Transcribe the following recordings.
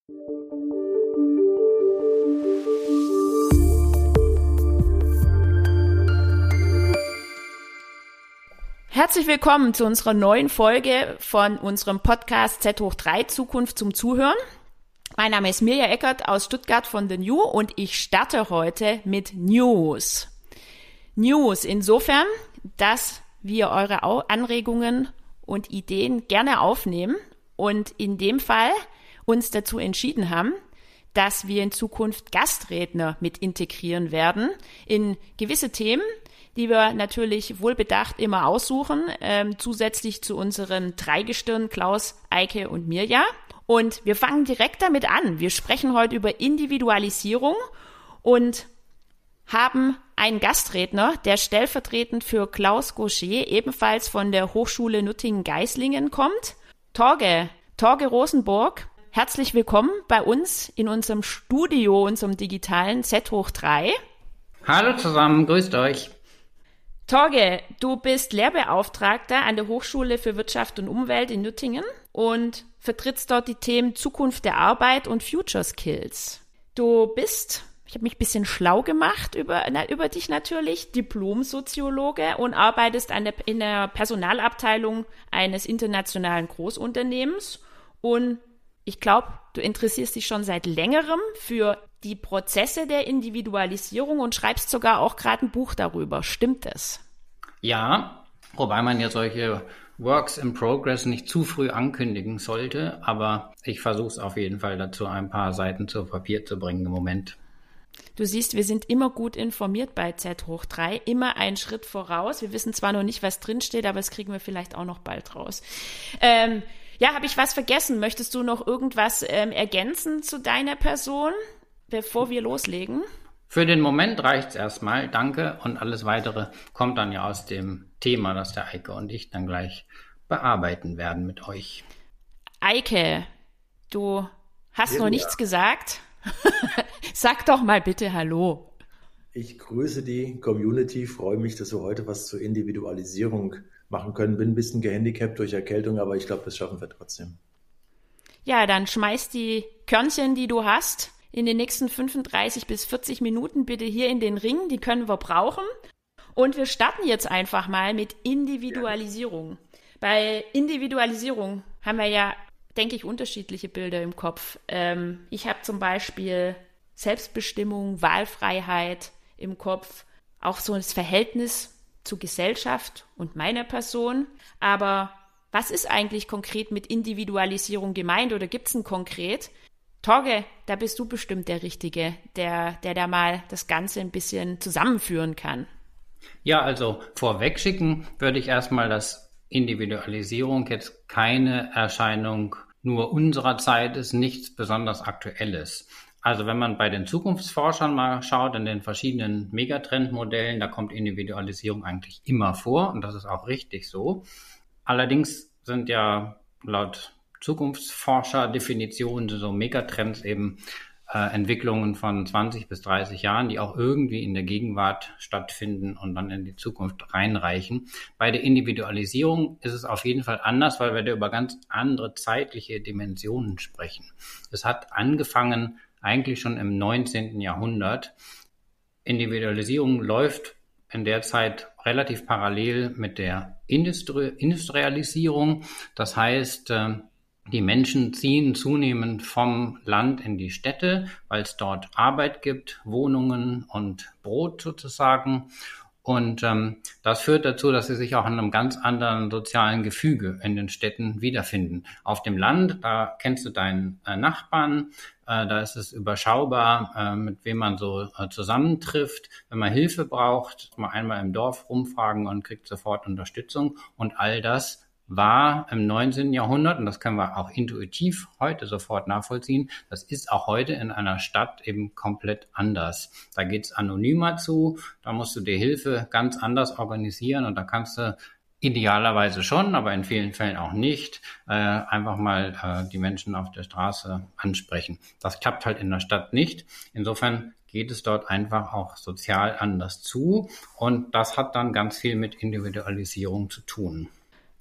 Herzlich willkommen zu unserer neuen Folge von unserem Podcast Z hoch 3 Zukunft zum Zuhören. Mein Name ist Mirja Eckert aus Stuttgart von The New und ich starte heute mit News. News insofern, dass wir eure Anregungen und Ideen gerne aufnehmen und in dem Fall uns dazu entschieden haben, dass wir in Zukunft Gastredner mit integrieren werden in gewisse Themen, die wir natürlich wohlbedacht immer aussuchen, zusätzlich zu unseren Dreigestirn Klaus, Eike und Mirja. Und wir fangen direkt damit an. Wir sprechen heute über Individualisierung und haben einen Gastredner, der stellvertretend für Klaus Gaucher ebenfalls von der Hochschule Nürtingen-Geislingen kommt. Torge Rosenburg, herzlich willkommen bei uns in unserem Studio, unserem digitalen Z hoch 3. Hallo zusammen, grüßt euch. Torge, du bist Lehrbeauftragter an der Hochschule für Wirtschaft und Umwelt in Nürtingen und vertrittst dort die Themen Zukunft der Arbeit und Future Skills. Du bist, ich habe mich ein bisschen schlau gemacht über dich natürlich, Diplom-Soziologe und arbeitest in der Personalabteilung eines internationalen Großunternehmens. Und ich glaube, du interessierst dich schon seit längerem für die Prozesse der Individualisierung und schreibst sogar auch gerade ein Buch darüber. Stimmt es? Ja, wobei man ja solche Works in Progress nicht zu früh ankündigen sollte, aber ich versuche es auf jeden Fall dazu, ein paar Seiten zu Papier zu bringen im Moment. Du siehst, wir sind immer gut informiert bei Z hoch 3, immer einen Schritt voraus. Wir wissen zwar noch nicht, was drinsteht, aber das kriegen wir vielleicht auch noch bald raus. Ja, habe ich was vergessen? Möchtest du noch irgendwas ergänzen zu deiner Person, bevor wir loslegen? Für den Moment reicht's erstmal. Danke. Und alles Weitere kommt dann ja aus dem Thema, das der Eike und ich dann gleich bearbeiten werden mit euch. Eike, du hast noch nichts gesagt. Sag doch mal bitte Hallo. Ich grüße die Community, freue mich, dass wir heute was zur Individualisierung machen können. Bin ein bisschen gehandicapt durch Erkältung, aber ich glaube, das schaffen wir trotzdem. Ja, dann schmeiß die Körnchen, die du hast, in den nächsten 35 bis 40 Minuten bitte hier in den Ring. Die können wir brauchen. Und wir starten jetzt einfach mal mit Individualisierung. Bei Individualisierung haben wir ja, denke ich, unterschiedliche Bilder im Kopf. Ich habe zum Beispiel Selbstbestimmung, Wahlfreiheit im Kopf, auch so das Verhältnis zu Gesellschaft und meiner Person. Aber was ist eigentlich konkret mit Individualisierung gemeint oder gibt es ein konkret? Torge, da bist du bestimmt der Richtige, der da mal das Ganze ein bisschen zusammenführen kann. Ja, also vorwegschicken würde ich erstmal, dass Individualisierung jetzt keine Erscheinung nur unserer Zeit ist, nichts besonders Aktuelles. Also wenn man bei den Zukunftsforschern mal schaut, in den verschiedenen Megatrendmodellen, da kommt Individualisierung eigentlich immer vor und das ist auch richtig so. Allerdings sind ja laut Zukunftsforscher-Definitionen so Megatrends eben Entwicklungen von 20 bis 30 Jahren, die auch irgendwie in der Gegenwart stattfinden und dann in die Zukunft reinreichen. Bei der Individualisierung ist es auf jeden Fall anders, weil wir da über ganz andere zeitliche Dimensionen sprechen. Es hat angefangen eigentlich schon im 19. Jahrhundert. Individualisierung läuft in der Zeit relativ parallel mit der Industrialisierung. Das heißt, die Menschen ziehen zunehmend vom Land in die Städte, weil es dort Arbeit gibt, Wohnungen und Brot sozusagen. Und das führt dazu, dass sie sich auch in einem ganz anderen sozialen Gefüge in den Städten wiederfinden. Auf dem Land, da kennst du deinen Nachbarn, da ist es überschaubar, mit wem man so zusammentrifft. Wenn man Hilfe braucht, mal einmal im Dorf rumfragen und kriegt sofort Unterstützung. Und all das war im 19. Jahrhundert, und das können wir auch intuitiv heute sofort nachvollziehen, das ist auch heute in einer Stadt eben komplett anders. Da geht's anonymer zu, da musst du dir Hilfe ganz anders organisieren und da kannst du idealerweise schon, aber in vielen Fällen auch nicht, einfach mal die Menschen auf der Straße ansprechen. Das klappt halt in der Stadt nicht. Insofern geht es dort einfach auch sozial anders zu und das hat dann ganz viel mit Individualisierung zu tun.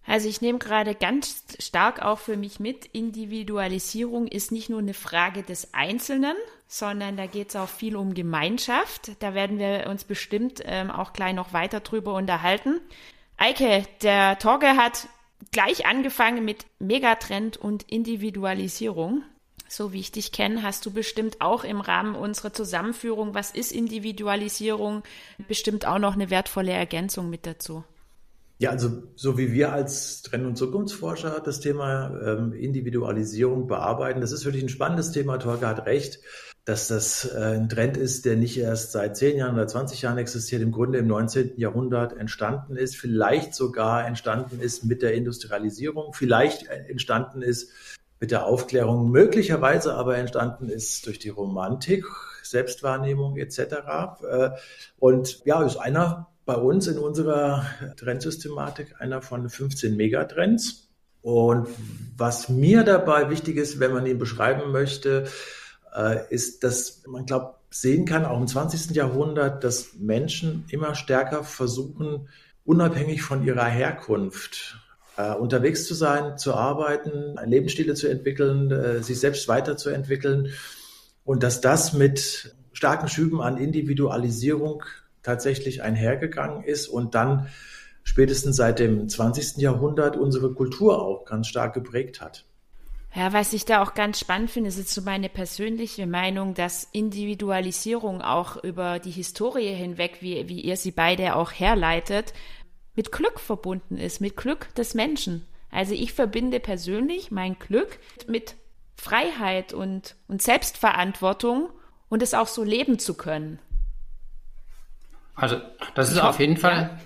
Also ich nehme gerade ganz stark auch für mich mit, Individualisierung ist nicht nur eine Frage des Einzelnen, sondern da geht es auch viel um Gemeinschaft. Da werden wir uns bestimmt auch gleich noch weiter drüber unterhalten. Eike, der Torge hat gleich angefangen mit Megatrend und Individualisierung. So wie ich dich kenne, hast du bestimmt auch im Rahmen unserer Zusammenführung, was ist Individualisierung, bestimmt auch noch eine wertvolle Ergänzung mit dazu. Ja, also so wie wir als Trend- und Zukunftsforscher das Thema Individualisierung bearbeiten, das ist wirklich ein spannendes Thema. Torge hat recht, dass das ein Trend ist, der nicht erst seit 10 Jahren oder 20 Jahren existiert, im Grunde im 19. Jahrhundert entstanden ist, vielleicht sogar entstanden ist mit der Industrialisierung, vielleicht entstanden ist mit der Aufklärung, möglicherweise aber entstanden ist durch die Romantik, Selbstwahrnehmung etc. Und ja, ist einer bei uns in unserer Trendsystematik einer von 15 Megatrends. Und was mir dabei wichtig ist, wenn man ihn beschreiben möchte, ist, dass man, sehen kann, auch im 20. Jahrhundert, dass Menschen immer stärker versuchen, unabhängig von ihrer Herkunft unterwegs zu sein, zu arbeiten, Lebensstile zu entwickeln, sich selbst weiterzuentwickeln und dass das mit starken Schüben an Individualisierung tatsächlich einhergegangen ist und dann spätestens seit dem 20. Jahrhundert unsere Kultur auch ganz stark geprägt hat. Ja, was ich da auch ganz spannend finde, ist jetzt so meine persönliche Meinung, dass Individualisierung auch über die Historie hinweg, wie ihr sie beide auch herleitet, mit Glück verbunden ist, mit Glück des Menschen. Also ich verbinde persönlich mein Glück mit Freiheit und Selbstverantwortung und es auch so leben zu können. Also das ist auf jeden Fall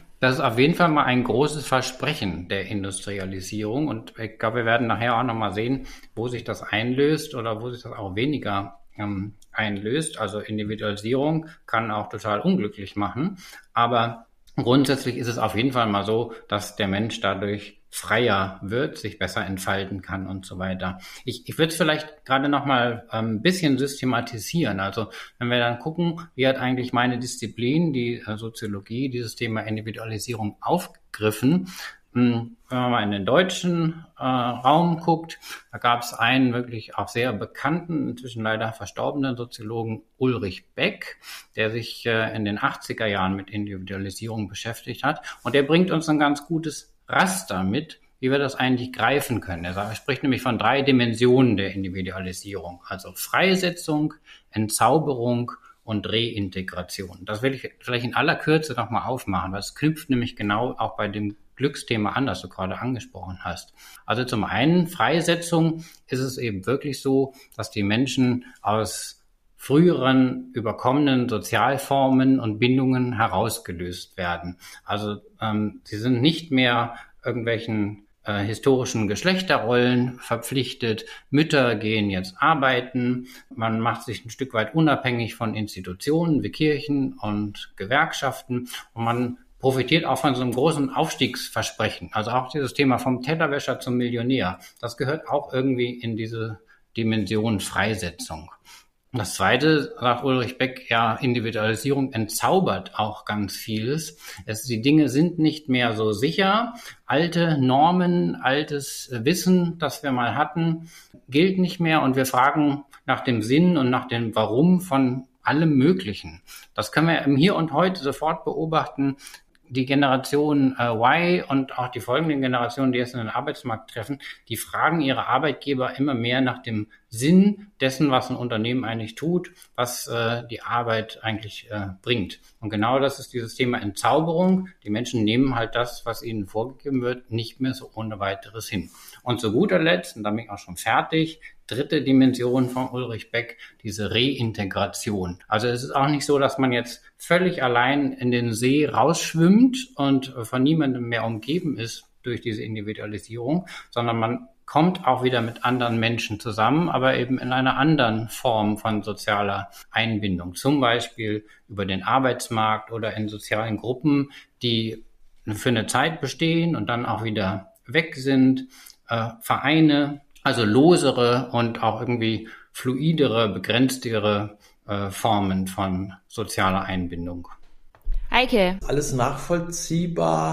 mal ein großes Versprechen der Industrialisierung und ich glaube, wir werden nachher auch nochmal sehen, wo sich das einlöst oder wo sich das auch weniger einlöst. Also Individualisierung kann auch total unglücklich machen, aber grundsätzlich ist es auf jeden Fall mal so, dass der Mensch dadurch freier wird, sich besser entfalten kann und so weiter. Ich würde es vielleicht gerade noch mal ein bisschen systematisieren. Also wenn wir dann gucken, wie hat eigentlich meine Disziplin, die Soziologie, dieses Thema Individualisierung aufgegriffen. Wenn man mal in den deutschen Raum guckt, da gab es einen wirklich auch sehr bekannten, inzwischen leider verstorbenen Soziologen Ulrich Beck, der sich in den 80er Jahren mit Individualisierung beschäftigt hat. Und der bringt uns ein ganz gutes Raster mit, wie wir das eigentlich greifen können. Er spricht nämlich von 3 Dimensionen der Individualisierung, also Freisetzung, Entzauberung und Reintegration. Das will ich vielleicht in aller Kürze nochmal aufmachen, weil es knüpft nämlich genau auch bei dem Glücksthema an, das du gerade angesprochen hast. Also zum einen, Freisetzung ist es eben wirklich so, dass die Menschen aus früheren überkommenen Sozialformen und Bindungen herausgelöst werden. Also sie sind nicht mehr irgendwelchen historischen Geschlechterrollen verpflichtet. Mütter gehen jetzt arbeiten. Man macht sich ein Stück weit unabhängig von Institutionen wie Kirchen und Gewerkschaften und man profitiert auch von so einem großen Aufstiegsversprechen. Also auch dieses Thema vom Tellerwäscher zum Millionär. Das gehört auch irgendwie in diese Dimension Freisetzung. Und das Zweite, sagt Ulrich Beck, ja, Individualisierung entzaubert auch ganz vieles. Die Dinge sind nicht mehr so sicher. Alte Normen, altes Wissen, das wir mal hatten, gilt nicht mehr. Und wir fragen nach dem Sinn und nach dem Warum von allem Möglichen. Das können wir im Hier und Heute sofort beobachten. Die Generation Y und auch die folgenden Generationen, die jetzt in den Arbeitsmarkt treffen, die fragen ihre Arbeitgeber immer mehr nach dem Sinn dessen, was ein Unternehmen eigentlich tut, was die Arbeit eigentlich bringt. Und genau das ist dieses Thema Entzauberung. Die Menschen nehmen halt das, was ihnen vorgegeben wird, nicht mehr so ohne weiteres hin. Und zu guter Letzt, und da bin ich auch schon fertig, 3. Dimension von Ulrich Beck, diese Reintegration. Also es ist auch nicht so, dass man jetzt völlig allein in den See rausschwimmt und von niemandem mehr umgeben ist durch diese Individualisierung, sondern man kommt auch wieder mit anderen Menschen zusammen, aber eben in einer anderen Form von sozialer Einbindung. Zum Beispiel über den Arbeitsmarkt oder in sozialen Gruppen, die für eine Zeit bestehen und dann auch wieder weg sind. Vereine, also losere und auch irgendwie fluidere, begrenztere Formen von sozialer Einbindung. Eike. Alles nachvollziehbar.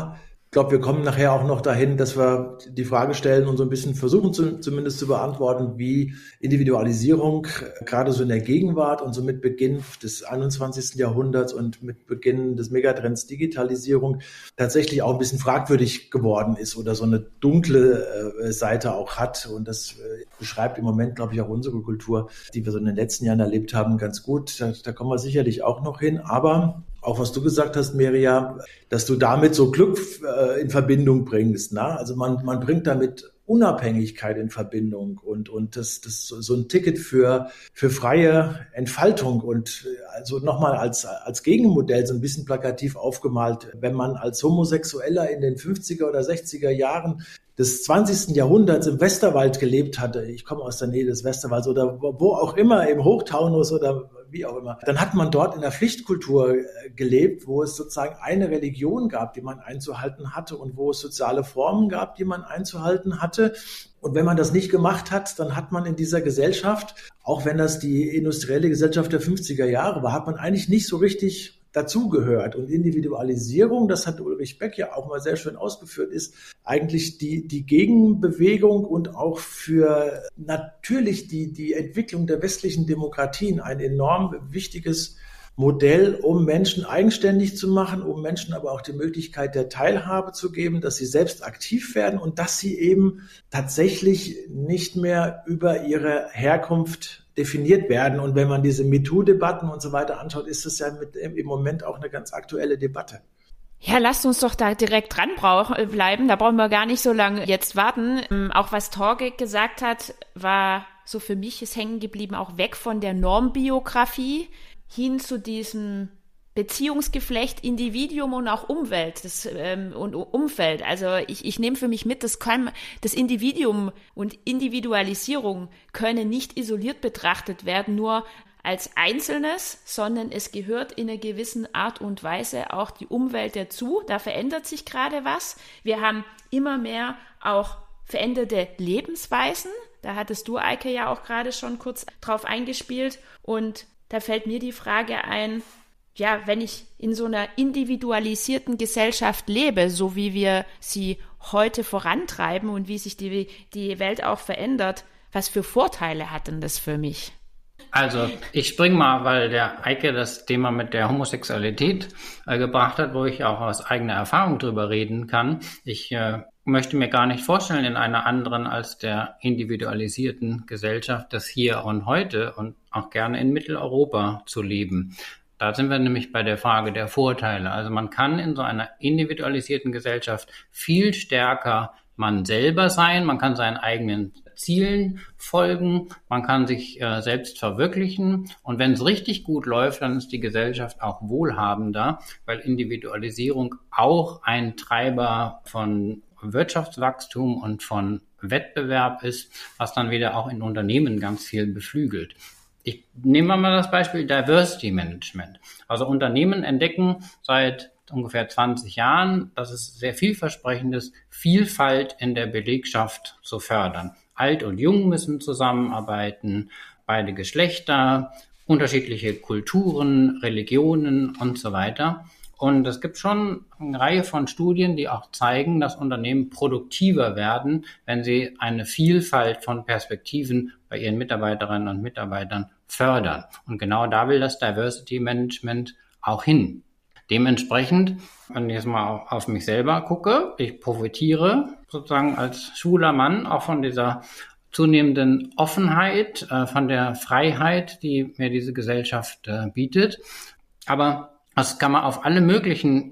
Ich glaube, wir kommen nachher auch noch dahin, dass wir die Frage stellen und so ein bisschen versuchen zumindest zu beantworten, wie Individualisierung gerade so in der Gegenwart und so mit Beginn des 21. Jahrhunderts und mit Beginn des Megatrends Digitalisierung tatsächlich auch ein bisschen fragwürdig geworden ist oder so eine dunkle Seite auch hat. Und das beschreibt im Moment, glaube ich, auch unsere Kultur, die wir so in den letzten Jahren erlebt haben, ganz gut. Da kommen wir sicherlich auch noch hin. Aber auch was du gesagt hast, Miriam, dass du damit so Glück in Verbindung bringst. Ne? Also man bringt damit Unabhängigkeit in Verbindung und das so ein Ticket für freie Entfaltung und also nochmal als Gegenmodell so ein bisschen plakativ aufgemalt, wenn man als Homosexueller in den 50er oder 60er Jahren des 20. Jahrhunderts im Westerwald gelebt hatte, ich komme aus der Nähe des Westerwalds oder wo auch immer, im Hochtaunus oder wie auch immer, dann hat man dort in der Pflichtkultur gelebt, wo es sozusagen eine Religion gab, die man einzuhalten hatte und wo es soziale Formen gab, die man einzuhalten hatte. Und wenn man das nicht gemacht hat, dann hat man in dieser Gesellschaft, auch wenn das die industrielle Gesellschaft der 50er Jahre war, hat man eigentlich nicht so richtig dazugehört. Und Individualisierung, das hat Ulrich Beck ja auch mal sehr schön ausgeführt, ist eigentlich die Gegenbewegung und auch für natürlich die Entwicklung der westlichen Demokratien ein enorm wichtiges Modell, um Menschen eigenständig zu machen, um Menschen aber auch die Möglichkeit der Teilhabe zu geben, dass sie selbst aktiv werden und dass sie eben tatsächlich nicht mehr über ihre Herkunft definiert werden. Und wenn man diese MeToo-Debatten und so weiter anschaut, ist das ja im Moment auch eine ganz aktuelle Debatte. Ja, lasst uns doch da direkt dran bleiben. Da brauchen wir gar nicht so lange jetzt warten. Auch was Torge gesagt hat, war so für mich ist hängen geblieben, auch weg von der Normbiografie hin zu diesem Beziehungsgeflecht, Individuum und auch Umwelt und Umfeld. Also ich nehme für mich mit, das Individuum und Individualisierung können nicht isoliert betrachtet werden, nur als Einzelnes, sondern es gehört in einer gewissen Art und Weise auch die Umwelt dazu. Da verändert sich gerade was. Wir haben immer mehr auch veränderte Lebensweisen. Da hattest du, Eike, ja auch gerade schon kurz drauf eingespielt. Und da fällt mir die Frage ein, ja, wenn ich in so einer individualisierten Gesellschaft lebe, so wie wir sie heute vorantreiben und wie sich die Welt auch verändert, was für Vorteile hat denn das für mich? Also ich spring mal, weil der Eike das Thema mit der Homosexualität gebracht hat, wo ich auch aus eigener Erfahrung drüber reden kann. Ich möchte mir gar nicht vorstellen, in einer anderen als der individualisierten Gesellschaft das Hier und Heute und auch gerne in Mitteleuropa zu leben. Da sind wir nämlich bei der Frage der Vorteile. Also man kann in so einer individualisierten Gesellschaft viel stärker man selber sein, man kann seinen eigenen Zielen folgen, man kann sich selbst verwirklichen und wenn es richtig gut läuft, dann ist die Gesellschaft auch wohlhabender, weil Individualisierung auch ein Treiber von Wirtschaftswachstum und von Wettbewerb ist, was dann wieder auch in Unternehmen ganz viel beflügelt. Ich nehme mal das Beispiel Diversity Management. Also Unternehmen entdecken seit ungefähr 20 Jahren, dass es sehr vielversprechend ist, Vielfalt in der Belegschaft zu fördern. Alt und Jung müssen zusammenarbeiten, beide Geschlechter, unterschiedliche Kulturen, Religionen und so weiter. Und es gibt schon eine Reihe von Studien, die auch zeigen, dass Unternehmen produktiver werden, wenn sie eine Vielfalt von Perspektiven bei ihren Mitarbeiterinnen und Mitarbeitern fördern. Und genau da will das Diversity Management auch hin. Dementsprechend, wenn ich jetzt mal auf mich selber gucke, ich profitiere sozusagen als schwuler Mann auch von dieser zunehmenden Offenheit, von der Freiheit, die mir diese Gesellschaft bietet. Aber das kann man auf alle möglichen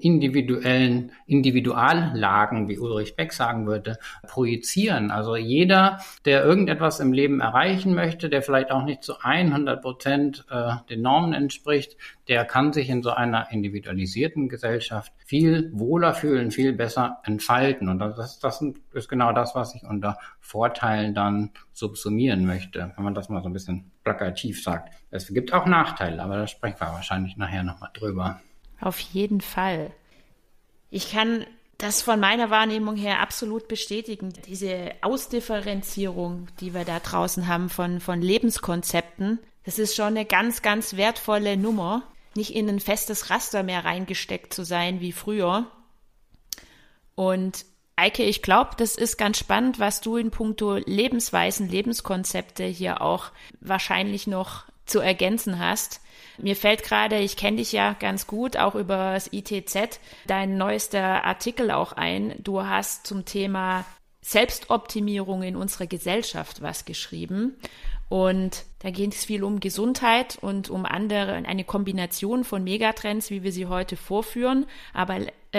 Individuallagen, wie Ulrich Beck sagen würde, projizieren. Also jeder, der irgendetwas im Leben erreichen möchte, der vielleicht auch nicht zu 100% den Normen entspricht, der kann sich in so einer individualisierten Gesellschaft viel wohler fühlen, viel besser entfalten. Und das ist genau das, was ich unter Vorteilen dann subsumieren möchte, wenn man das mal so ein bisschen plakativ sagt. Es gibt auch Nachteile, aber da sprechen wir wahrscheinlich nachher nochmal drüber. Auf jeden Fall. Ich kann das von meiner Wahrnehmung her absolut bestätigen. Diese Ausdifferenzierung, die wir da draußen haben von Lebenskonzepten, das ist schon eine ganz, ganz wertvolle Nummer. Nicht in ein festes Raster mehr reingesteckt zu sein wie früher. Und Eike, ich glaube, das ist ganz spannend, was du in puncto Lebensweisen, Lebenskonzepte hier auch wahrscheinlich noch zu ergänzen hast. Mir fällt gerade, ich kenne dich ja ganz gut, auch über das ITZ, dein neuester Artikel auch ein. Du hast zum Thema Selbstoptimierung in unserer Gesellschaft was geschrieben. Und da geht es viel um Gesundheit und um eine Kombination von Megatrends, wie wir sie heute vorfinden. Aber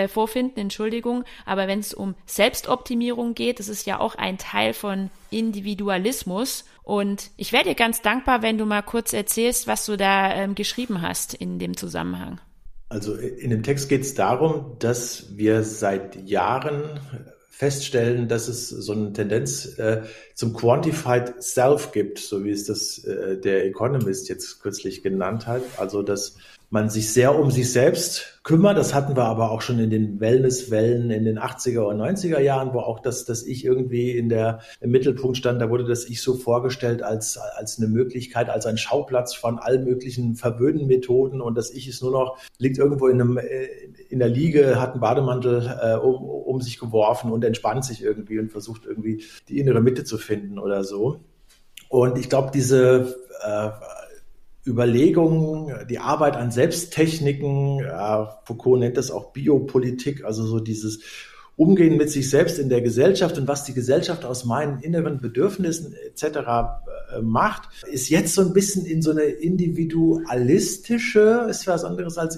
wenn es um Selbstoptimierung geht, das ist ja auch ein Teil von Individualismus. Und ich wäre dir ganz dankbar, wenn du mal kurz erzählst, was du da geschrieben hast in dem Zusammenhang. Also in dem Text geht es darum, dass wir seit Jahren feststellen, dass es so eine Tendenz zum Quantified Self gibt, so wie es das der Economist jetzt kürzlich genannt hat. Also dass man sich sehr um sich selbst kümmert. Das hatten wir aber auch schon in den Wellnesswellen in den 80er und 90er Jahren, wo auch das Ich irgendwie im Mittelpunkt stand. Da wurde das Ich so vorgestellt als eine Möglichkeit, als ein Schauplatz von allen möglichen verwöhnten Methoden. Und das Ich ist nur noch, liegt irgendwo in der Liege, hat einen Bademantel um sich geworfen und entspannt sich irgendwie und versucht irgendwie die innere Mitte zu finden oder so. Und ich glaube, diese Überlegungen, die Arbeit an Selbsttechniken, Foucault nennt das auch Biopolitik, also so dieses Umgehen mit sich selbst in der Gesellschaft und was die Gesellschaft aus meinen inneren Bedürfnissen etc. macht, ist jetzt so ein bisschen in so eine individualistische, ist was anderes als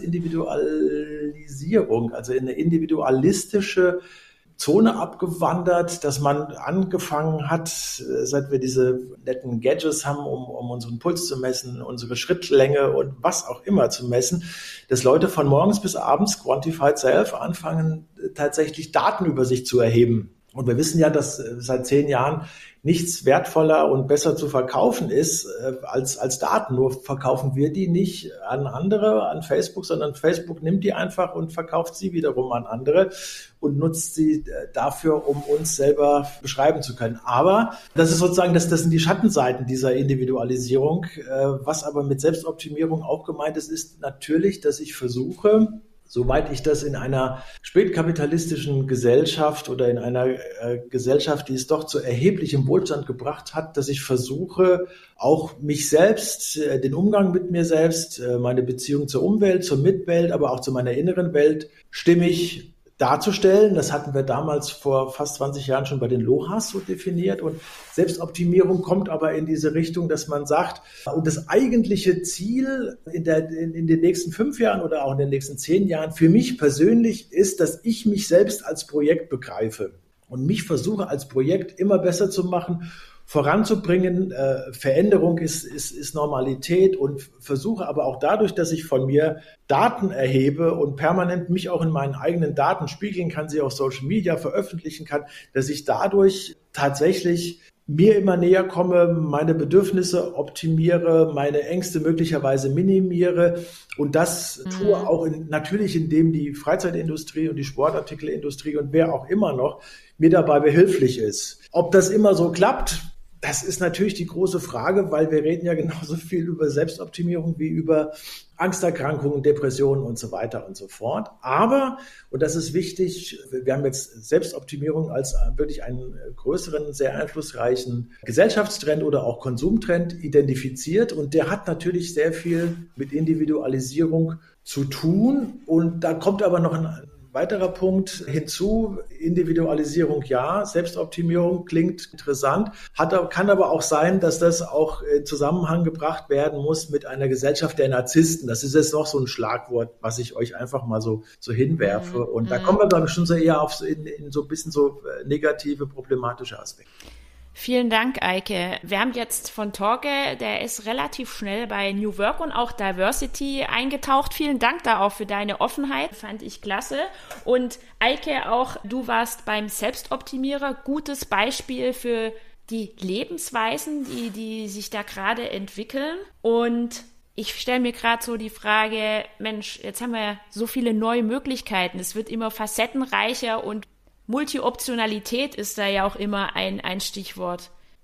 Individualisierung, also in eine individualistische Zone abgewandert, dass man angefangen hat, seit wir diese netten Gadgets haben, um unseren Puls zu messen, unsere Schrittlänge und was auch immer zu messen, dass Leute von morgens bis abends Quantified Self anfangen, tatsächlich Daten über sich zu erheben. Und wir wissen ja, dass seit 10 Jahren nichts wertvoller und besser zu verkaufen ist als Daten. Nur verkaufen wir die nicht an andere, an Facebook, sondern Facebook nimmt die einfach und verkauft sie wiederum an andere und nutzt sie dafür, um uns selber beschreiben zu können. Aber das ist sozusagen, das sind die Schattenseiten dieser Individualisierung. Was aber mit Selbstoptimierung auch gemeint ist, ist natürlich, dass ich versuche, soweit ich das in einer spätkapitalistischen Gesellschaft oder in einer Gesellschaft, die es doch zu erheblichem Wohlstand gebracht hat, dass ich versuche, auch mich selbst, den Umgang mit mir selbst, meine Beziehung zur Umwelt, zur Mitwelt, aber auch zu meiner inneren Welt stimmig darzustellen. Das hatten wir damals vor fast 20 Jahren schon bei den LOHAS so definiert. Und Selbstoptimierung kommt aber in diese Richtung, dass man sagt, und das eigentliche Ziel in den nächsten 5 Jahren oder auch in den nächsten 10 Jahren für mich persönlich ist, dass ich mich selbst als Projekt begreife und mich versuche als Projekt immer besser zu machen, voranzubringen. Veränderung ist Normalität und versuche aber auch dadurch, dass ich von mir Daten erhebe und permanent mich auch in meinen eigenen Daten spiegeln kann, sie auf Social Media veröffentlichen kann, dass ich dadurch tatsächlich mir immer näher komme, meine Bedürfnisse optimiere, meine Ängste möglicherweise minimiere und das tue auch natürlich, indem die Freizeitindustrie und die Sportartikelindustrie und wer auch immer noch mir dabei behilflich ist. Ob das immer so klappt, das ist natürlich die große Frage, weil wir reden ja genauso viel über Selbstoptimierung wie über Angsterkrankungen, Depressionen und so weiter und so fort. Aber, und das ist wichtig, wir haben jetzt Selbstoptimierung als wirklich einen größeren, sehr einflussreichen Gesellschaftstrend oder auch Konsumtrend identifiziert. Und der hat natürlich sehr viel mit Individualisierung zu tun. Und da kommt aber noch ein weiterer Punkt hinzu, Individualisierung ja, Selbstoptimierung klingt interessant, kann aber auch sein, dass das auch in Zusammenhang gebracht werden muss mit einer Gesellschaft der Narzissten. Das ist jetzt noch so ein Schlagwort, was ich euch einfach mal so hinwerfe. Und da kommen wir dann schon so eher auf in so ein bisschen so negative, problematische Aspekte. Vielen Dank, Eike. Wir haben jetzt von Torge, der ist relativ schnell bei New Work und auch Diversity eingetaucht. Vielen Dank da auch für deine Offenheit, fand ich klasse. Und Eike, auch du warst beim Selbstoptimierer, gutes Beispiel für die Lebensweisen, die sich da gerade entwickeln. Und ich stelle mir gerade so die Frage, Mensch, jetzt haben wir so viele neue Möglichkeiten. Es wird immer facettenreicher und Multioptionalität ist da ja auch immer ein Stichwort.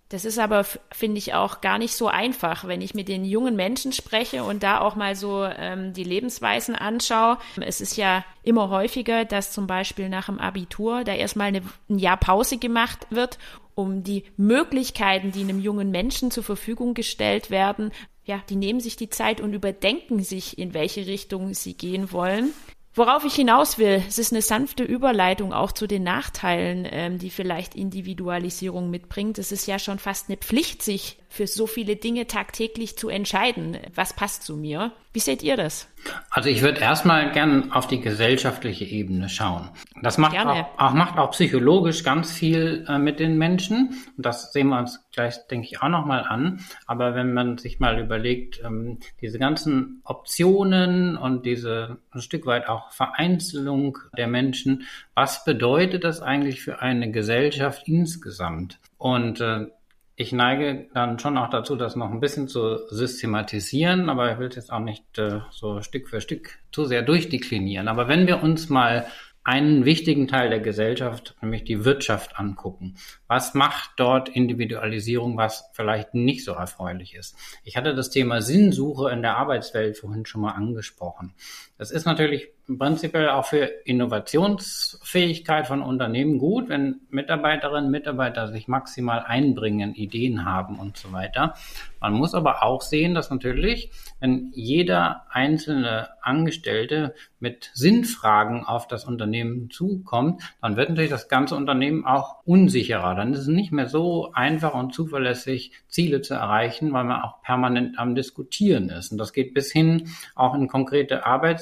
Das ist aber, finde ich, auch gar nicht so einfach, wenn ich mit den jungen Menschen spreche und da auch mal so die Lebensweisen anschaue. Es ist ja immer häufiger, dass zum Beispiel nach dem Abitur da erstmal ein Jahr Pause gemacht wird, um die Möglichkeiten, die einem jungen Menschen zur Verfügung gestellt werden, ja, die nehmen sich die Zeit und überdenken sich, in welche Richtung sie gehen wollen. Worauf ich hinaus will, es ist eine sanfte Überleitung auch zu den Nachteilen, die vielleicht Individualisierung mitbringt. Es ist ja schon fast eine Pflicht, sich für so viele Dinge tagtäglich zu entscheiden. Was passt zu mir? Wie seht ihr das? Also ich würde erstmal gern auf die gesellschaftliche Ebene schauen. Das macht auch psychologisch ganz viel mit den Menschen. Und das sehen wir uns gleich, denke ich, auch nochmal an. Aber wenn man sich mal überlegt, diese ganzen Optionen und diese ein Stück weit auch Vereinzelung der Menschen, was bedeutet das eigentlich für eine Gesellschaft insgesamt? Und ich neige dann schon auch dazu, das noch ein bisschen zu systematisieren, aber ich will es jetzt auch nicht so Stück für Stück zu sehr durchdeklinieren. Aber wenn wir uns mal einen wichtigen Teil der Gesellschaft, nämlich die Wirtschaft, angucken, was macht dort Individualisierung, was vielleicht nicht so erfreulich ist? Ich hatte das Thema Sinnsuche in der Arbeitswelt vorhin schon mal angesprochen. Das ist natürlich prinzipiell auch für Innovationsfähigkeit von Unternehmen gut, wenn Mitarbeiterinnen und Mitarbeiter sich maximal einbringen, Ideen haben und so weiter. Man muss aber auch sehen, dass natürlich, wenn jeder einzelne Angestellte mit Sinnfragen auf das Unternehmen zukommt, dann wird natürlich das ganze Unternehmen auch unsicherer. Dann ist es nicht mehr so einfach und zuverlässig, Ziele zu erreichen, weil man auch permanent am Diskutieren ist. Und das geht bis hin auch in konkrete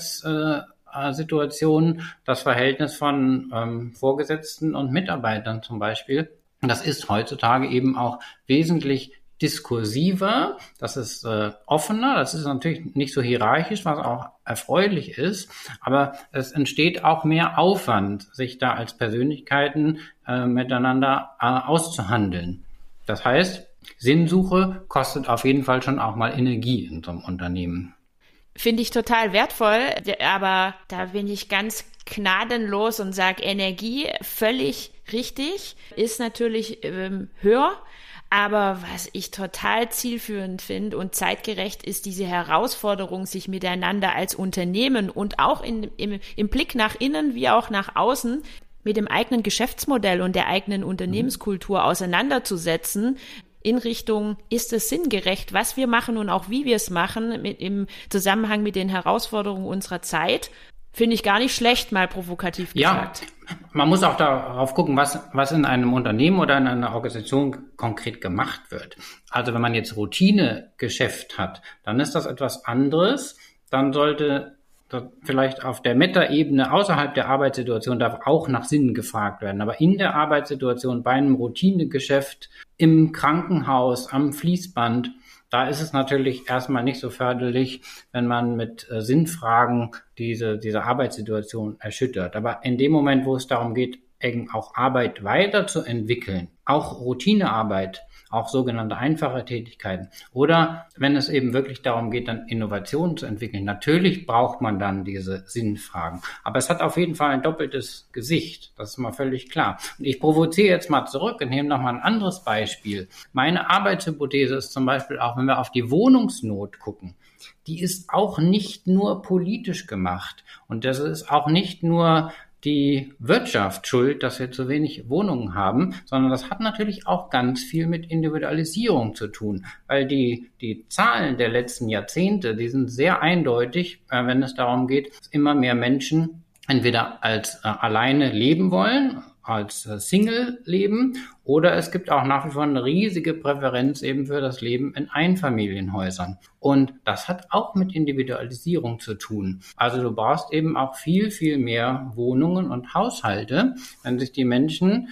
Arbeitssituationen, das Verhältnis von Vorgesetzten und Mitarbeitern zum Beispiel. Das ist heutzutage eben auch wesentlich diskursiver, das ist offener, das ist natürlich nicht so hierarchisch, was auch erfreulich ist, aber es entsteht auch mehr Aufwand, sich da als Persönlichkeiten miteinander auszuhandeln. Das heißt, Sinnsuche kostet auf jeden Fall schon auch mal Energie in so einem Unternehmen. Finde ich total wertvoll, aber da bin ich ganz gnadenlos und sage, Energie, völlig richtig, ist natürlich höher. Aber was ich total zielführend finde und zeitgerecht ist diese Herausforderung, sich miteinander als Unternehmen und auch im Blick nach innen wie auch nach außen mit dem eigenen Geschäftsmodell und der eigenen Unternehmenskultur auseinanderzusetzen, in Richtung, ist es sinngerecht, was wir machen und auch wie wir es machen, im Zusammenhang mit den Herausforderungen unserer Zeit. Finde ich gar nicht schlecht, mal provokativ gesagt. Ja, man muss auch darauf gucken, was in einem Unternehmen oder in einer Organisation konkret gemacht wird. Also wenn man jetzt Routinegeschäft hat, dann ist das etwas anderes. Dann sollte vielleicht auf der Meta-Ebene außerhalb der Arbeitssituation darf auch nach Sinn gefragt werden. Aber in der Arbeitssituation, bei einem Routinegeschäft, im Krankenhaus, am Fließband, da ist es natürlich erstmal nicht so förderlich, wenn man mit Sinnfragen diese Arbeitssituation erschüttert. Aber in dem Moment, wo es darum geht, eben auch Arbeit weiterzuentwickeln, auch Routinearbeit, auch sogenannte einfache Tätigkeiten, oder wenn es eben wirklich darum geht, dann Innovationen zu entwickeln, natürlich braucht man dann diese Sinnfragen. Aber es hat auf jeden Fall ein doppeltes Gesicht, das ist mal völlig klar. Und ich provoziere jetzt mal zurück und nehme nochmal ein anderes Beispiel. Meine Arbeitshypothese ist zum Beispiel auch, wenn wir auf die Wohnungsnot gucken, die ist auch nicht nur politisch gemacht und das ist auch nicht nur die Wirtschaft schuld, dass wir zu wenig Wohnungen haben, sondern das hat natürlich auch ganz viel mit Individualisierung zu tun, weil die Zahlen der letzten Jahrzehnte, die sind sehr eindeutig, wenn es darum geht, dass immer mehr Menschen entweder als alleine leben wollen, als Single leben, oder es gibt auch nach wie vor eine riesige Präferenz eben für das Leben in Einfamilienhäusern. Und das hat auch mit Individualisierung zu tun. Also du brauchst eben auch viel, viel mehr Wohnungen und Haushalte, wenn sich die Menschen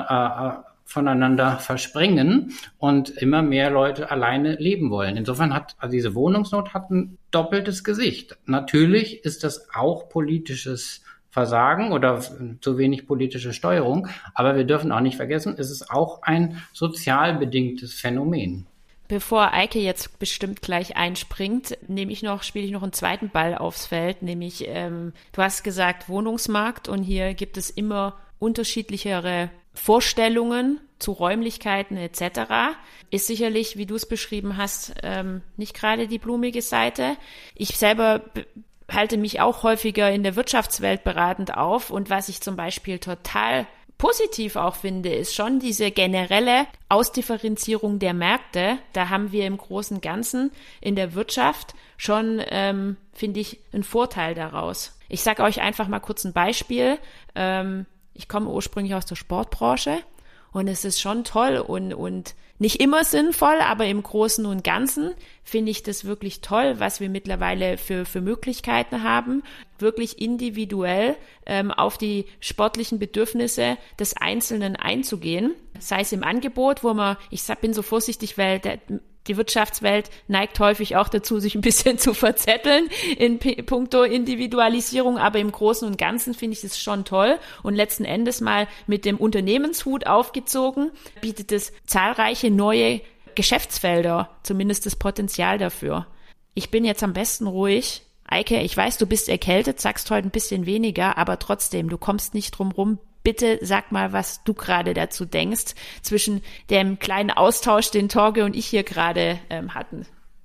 voneinander versprengen und immer mehr Leute alleine leben wollen. Insofern hat diese Wohnungsnot hat ein doppeltes Gesicht. Natürlich ist das auch politisches Versagen oder zu wenig politische Steuerung. Aber wir dürfen auch nicht vergessen, es ist auch ein sozial bedingtes Phänomen. Bevor Eike jetzt bestimmt gleich einspringt, spiele ich noch einen zweiten Ball aufs Feld, nämlich du hast gesagt Wohnungsmarkt und hier gibt es immer unterschiedlichere Vorstellungen zu Räumlichkeiten etc. ist sicherlich, wie du es beschrieben hast, nicht gerade die blumige Seite. Ich selber halte mich auch häufiger in der Wirtschaftswelt beratend auf und was ich zum Beispiel total positiv auch finde, ist schon diese generelle Ausdifferenzierung der Märkte. Da haben wir im Großen und Ganzen in der Wirtschaft schon, finde ich, einen Vorteil daraus. Ich sage euch einfach mal kurz ein Beispiel. Ich komme ursprünglich aus der Sportbranche und es ist schon toll und nicht immer sinnvoll, aber im Großen und Ganzen finde ich das wirklich toll, was wir mittlerweile für Möglichkeiten haben, wirklich individuell auf die sportlichen Bedürfnisse des Einzelnen einzugehen. Sei es im Angebot, wo bin so vorsichtig, weil die Wirtschaftswelt neigt häufig auch dazu, sich ein bisschen zu verzetteln in puncto Individualisierung, aber im Großen und Ganzen finde ich es schon toll und letzten Endes mal mit dem Unternehmenshut aufgezogen, bietet es zahlreiche neue Geschäftsfelder, zumindest das Potenzial dafür. Ich bin jetzt am besten ruhig. Eike, ich weiß, du bist erkältet, sagst heute ein bisschen weniger, aber trotzdem, du kommst nicht drum rum. Bitte sag mal, was du gerade dazu denkst, zwischen dem kleinen Austausch, den Torge und ich hier gerade hatten.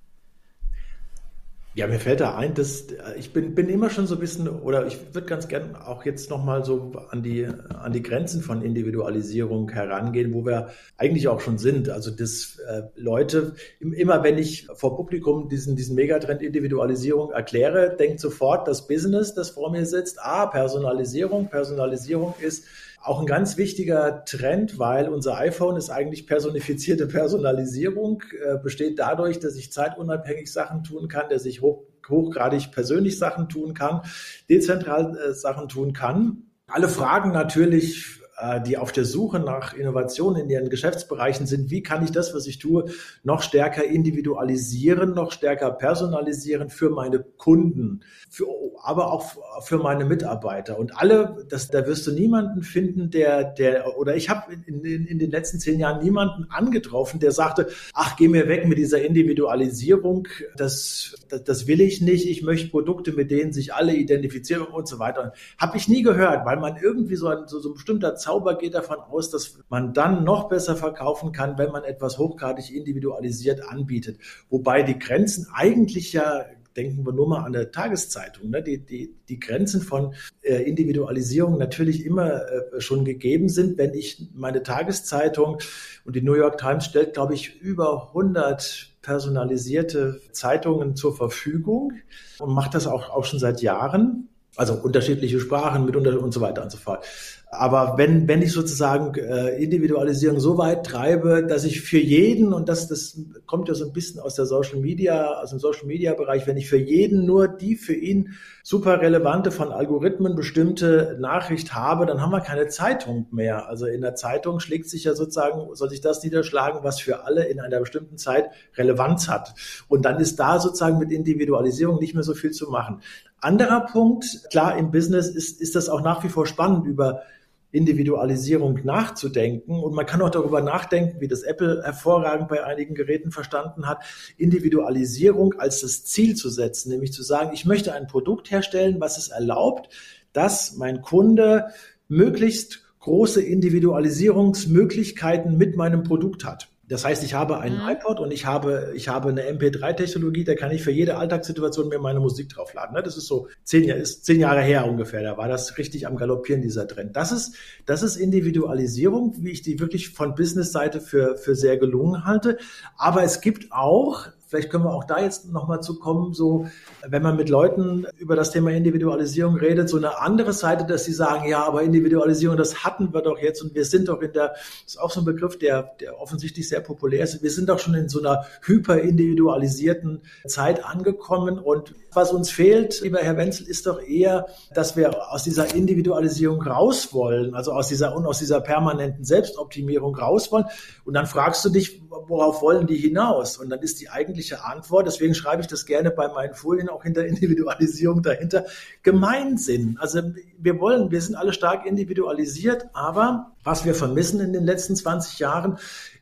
Ja, mir fällt da ein, dass ich bin immer schon so ein bisschen, oder ich würde ganz gern auch jetzt nochmal so an die Grenzen von Individualisierung herangehen, wo wir eigentlich auch schon sind. Also dass Leute, immer wenn ich vor Publikum diesen Megatrend Individualisierung erkläre, denkt sofort das Business, das vor mir sitzt, Personalisierung. Personalisierung ist auch ein ganz wichtiger Trend, weil unser iPhone ist eigentlich personifizierte Personalisierung, besteht dadurch, dass ich zeitunabhängig Sachen tun kann, dass ich hochgradig persönlich Sachen tun kann, dezentral Sachen tun kann. Alle Fragen natürlich, die auf der Suche nach Innovationen in ihren Geschäftsbereichen sind, wie kann ich das, was ich tue, noch stärker individualisieren, noch stärker personalisieren für meine Kunden, aber auch für meine Mitarbeiter. Und da wirst du niemanden finden, oder ich habe in den letzten 10 Jahren niemanden angetroffen, der sagte, ach, geh mir weg mit dieser Individualisierung, das will ich nicht, ich möchte Produkte, mit denen sich alle identifizieren und so weiter. Habe ich nie gehört, weil man irgendwie so ein bestimmter Zauber geht davon aus, dass man dann noch besser verkaufen kann, wenn man etwas hochgradig individualisiert anbietet. Wobei die Grenzen eigentlich ja, denken wir nur mal an der Tageszeitung, ne? Die Grenzen von Individualisierung natürlich immer schon gegeben sind. Wenn ich meine Tageszeitung, und die New York Times stellt, glaube ich, über 100 personalisierte Zeitungen zur Verfügung und macht das auch schon seit Jahren. Also unterschiedliche Sprachen und so weiter und so fort. Aber wenn ich sozusagen Individualisierung so weit treibe, dass ich für jeden, und das kommt ja so ein bisschen aus dem Social Media Bereich, wenn ich für jeden nur die für ihn super relevante, von Algorithmen bestimmte Nachricht habe, dann haben wir keine Zeitung mehr. Also in der Zeitung schlägt sich ja sozusagen, soll sich das niederschlagen, was für alle in einer bestimmten Zeit Relevanz hat. Und dann ist da sozusagen mit Individualisierung nicht mehr so viel zu machen. Anderer Punkt, klar, im Business ist das auch nach wie vor spannend, über Individualisierung nachzudenken. Und man kann auch darüber nachdenken, wie das Apple hervorragend bei einigen Geräten verstanden hat, Individualisierung als das Ziel zu setzen, nämlich zu sagen, ich möchte ein Produkt herstellen, was es erlaubt, dass mein Kunde möglichst große Individualisierungsmöglichkeiten mit meinem Produkt hat. Das heißt, ich habe einen iPod und ich habe eine MP3-Technologie, da kann ich für jede Alltagssituation mir meine Musik draufladen. Das ist so 10 Jahre her ungefähr, da war das richtig am Galoppieren, dieser Trend. Das ist Individualisierung, wie ich die wirklich von Business-Seite für sehr gelungen halte. Aber es gibt auch, vielleicht können wir auch da jetzt nochmal zu kommen, so, wenn man mit Leuten über das Thema Individualisierung redet, so eine andere Seite, dass sie sagen, ja, aber Individualisierung, das hatten wir doch jetzt und wir sind doch das ist auch so ein Begriff, der offensichtlich sehr populär ist. Wir sind doch schon in so einer hyperindividualisierten Zeit angekommen und was uns fehlt, lieber Herr Wenzel, ist doch eher, dass wir aus dieser Individualisierung raus wollen, also aus dieser permanenten Selbstoptimierung raus wollen. Und dann fragst du dich, worauf wollen die hinaus? Und dann ist die eigentliche Antwort, deswegen schreibe ich das gerne bei meinen Folien auch hinter Individualisierung dahinter, Gemeinsinn. Also wir sind alle stark individualisiert, aber was wir vermissen in den letzten 20 Jahren,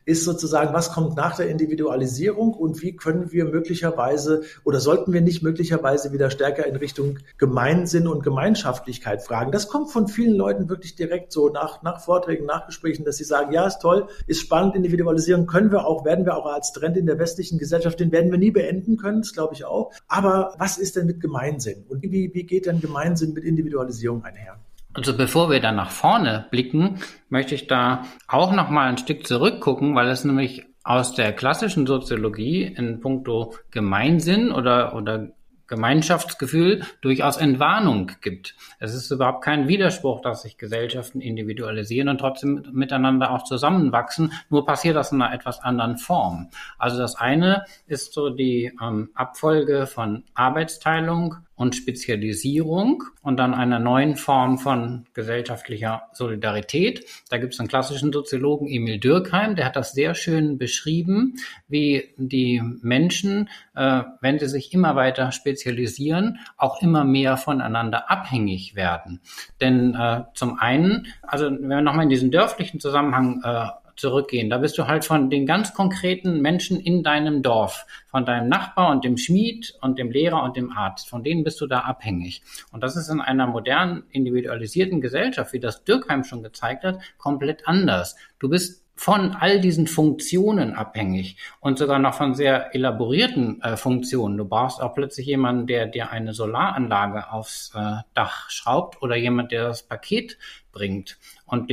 ist sozusagen, was kommt nach der Individualisierung und wie können wir möglicherweise oder sollten wir nicht möglicherweise wieder stärker in Richtung Gemeinsinn und Gemeinschaftlichkeit fragen. Das kommt von vielen Leuten wirklich direkt so nach Vorträgen, nach Gesprächen, dass sie sagen, ja, ist toll, ist spannend, Individualisierung werden wir auch als Trend in der westlichen Gesellschaft, den werden wir nie beenden können, das glaube ich auch. Aber was ist denn mit Gemeinsinn? Und wie geht denn Gemeinsinn mit Individualisierung einher? Also bevor wir dann nach vorne blicken, möchte ich da auch noch mal ein Stück zurückgucken, weil es nämlich aus der klassischen Soziologie in puncto Gemeinsinn oder Gemeinschaftsgefühl durchaus Entwarnung gibt. Es ist überhaupt kein Widerspruch, dass sich Gesellschaften individualisieren und trotzdem miteinander auch zusammenwachsen. Nur passiert das in einer etwas anderen Form. Also das eine ist so die Abfolge von Arbeitsteilung und Spezialisierung und dann einer neuen Form von gesellschaftlicher Solidarität. Da gibt es einen klassischen Soziologen, Emil Durkheim, der hat das sehr schön beschrieben, wie die Menschen, wenn sie sich immer weiter spezialisieren, auch immer mehr voneinander abhängig werden. Denn zum einen, also wenn wir nochmal in diesen dörflichen Zusammenhang zurückgehen. Da bist du halt von den ganz konkreten Menschen in deinem Dorf, von deinem Nachbar und dem Schmied und dem Lehrer und dem Arzt. Von denen bist du da abhängig. Und das ist in einer modernen, individualisierten Gesellschaft, wie das Durkheim schon gezeigt hat, komplett anders. Du bist von all diesen Funktionen abhängig und sogar noch von sehr elaborierten Funktionen. Du brauchst auch plötzlich jemanden, der dir eine Solaranlage aufs Dach schraubt oder jemand, der das Paket bringt und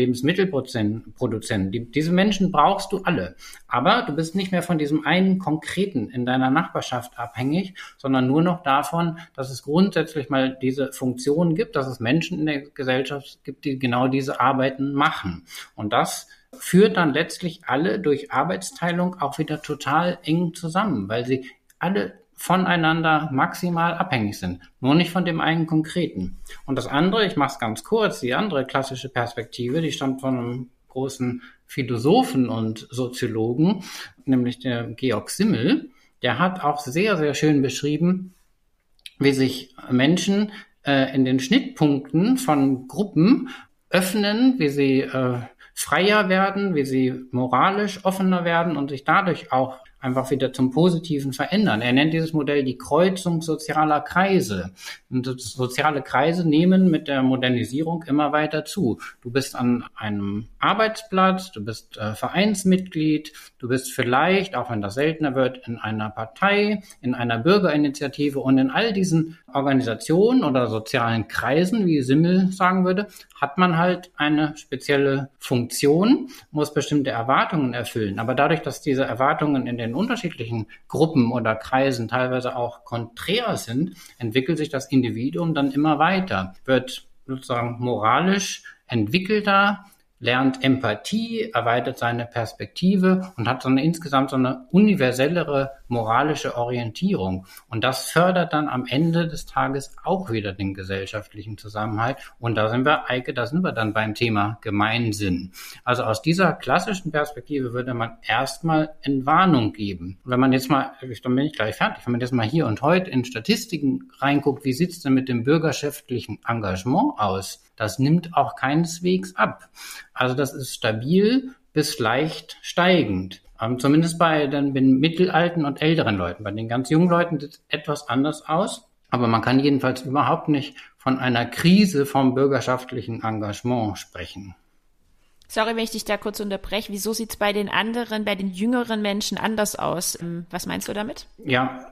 Lebensmittelproduzenten. Diese Menschen brauchst du alle. Aber du bist nicht mehr von diesem einen Konkreten in deiner Nachbarschaft abhängig, sondern nur noch davon, dass es grundsätzlich mal diese Funktionen gibt, dass es Menschen in der Gesellschaft gibt, die genau diese Arbeiten machen. Und das führt dann letztlich alle durch Arbeitsteilung auch wieder total eng zusammen, weil sie alle voneinander maximal abhängig sind, nur nicht von dem einen Konkreten. Und das andere, ich mache es ganz kurz, die andere klassische Perspektive, die stammt von einem großen Philosophen und Soziologen, nämlich der Georg Simmel. Der hat auch sehr, sehr schön beschrieben, wie sich Menschen in den Schnittpunkten von Gruppen öffnen, wie sie freier werden, wie sie moralisch offener werden und sich dadurch auch einfach wieder zum Positiven verändern. Er nennt dieses Modell die Kreuzung sozialer Kreise. Und soziale Kreise nehmen mit der Modernisierung immer weiter zu. Du bist an einem Arbeitsplatz, du bist Vereinsmitglied, du bist vielleicht, auch wenn das seltener wird, in einer Partei, in einer Bürgerinitiative und in all diesen Organisationen oder sozialen Kreisen, wie Simmel sagen würde, hat man halt eine spezielle Funktion, muss bestimmte Erwartungen erfüllen. Aber dadurch, dass diese Erwartungen in den unterschiedlichen Gruppen oder Kreisen teilweise auch konträr sind, entwickelt sich das Individuum dann immer weiter, wird sozusagen moralisch entwickelter, lernt Empathie, erweitert seine Perspektive und hat insgesamt so eine universellere moralische Orientierung. Und das fördert dann am Ende des Tages auch wieder den gesellschaftlichen Zusammenhalt. Und da sind wir, Eike, dann beim Thema Gemeinsinn. Also aus dieser klassischen Perspektive würde man erstmal Entwarnung geben. Und wenn man jetzt mal, dann bin ich gleich fertig, wenn man jetzt mal hier und heute in Statistiken reinguckt, wie sieht's denn mit dem bürgerschaftlichen Engagement aus? Das nimmt auch keineswegs ab. Also das ist stabil bis leicht steigend. Zumindest bei den mittelalten und älteren Leuten. Bei den ganz jungen Leuten sieht es etwas anders aus. Aber man kann jedenfalls überhaupt nicht von einer Krise vom bürgerschaftlichen Engagement sprechen. Sorry, wenn ich dich da kurz unterbreche. Wieso sieht es bei den jüngeren Menschen anders aus? Was meinst du damit? Ja,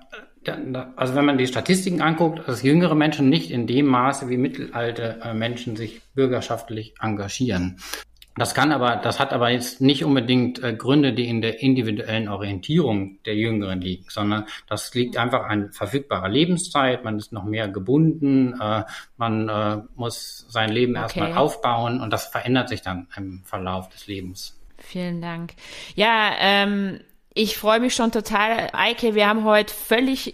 also wenn man die Statistiken anguckt, dass jüngere Menschen nicht in dem Maße wie mittelalte Menschen sich bürgerschaftlich engagieren. Das hat aber jetzt nicht unbedingt Gründe, die in der individuellen Orientierung der Jüngeren liegen, sondern das liegt einfach an verfügbarer Lebenszeit. Man ist noch mehr gebunden, man muss sein Leben erstmal aufbauen und das verändert sich dann im Verlauf des Lebens. Vielen Dank. Ja, ich freue mich schon total, Eike. Wir haben heute völlig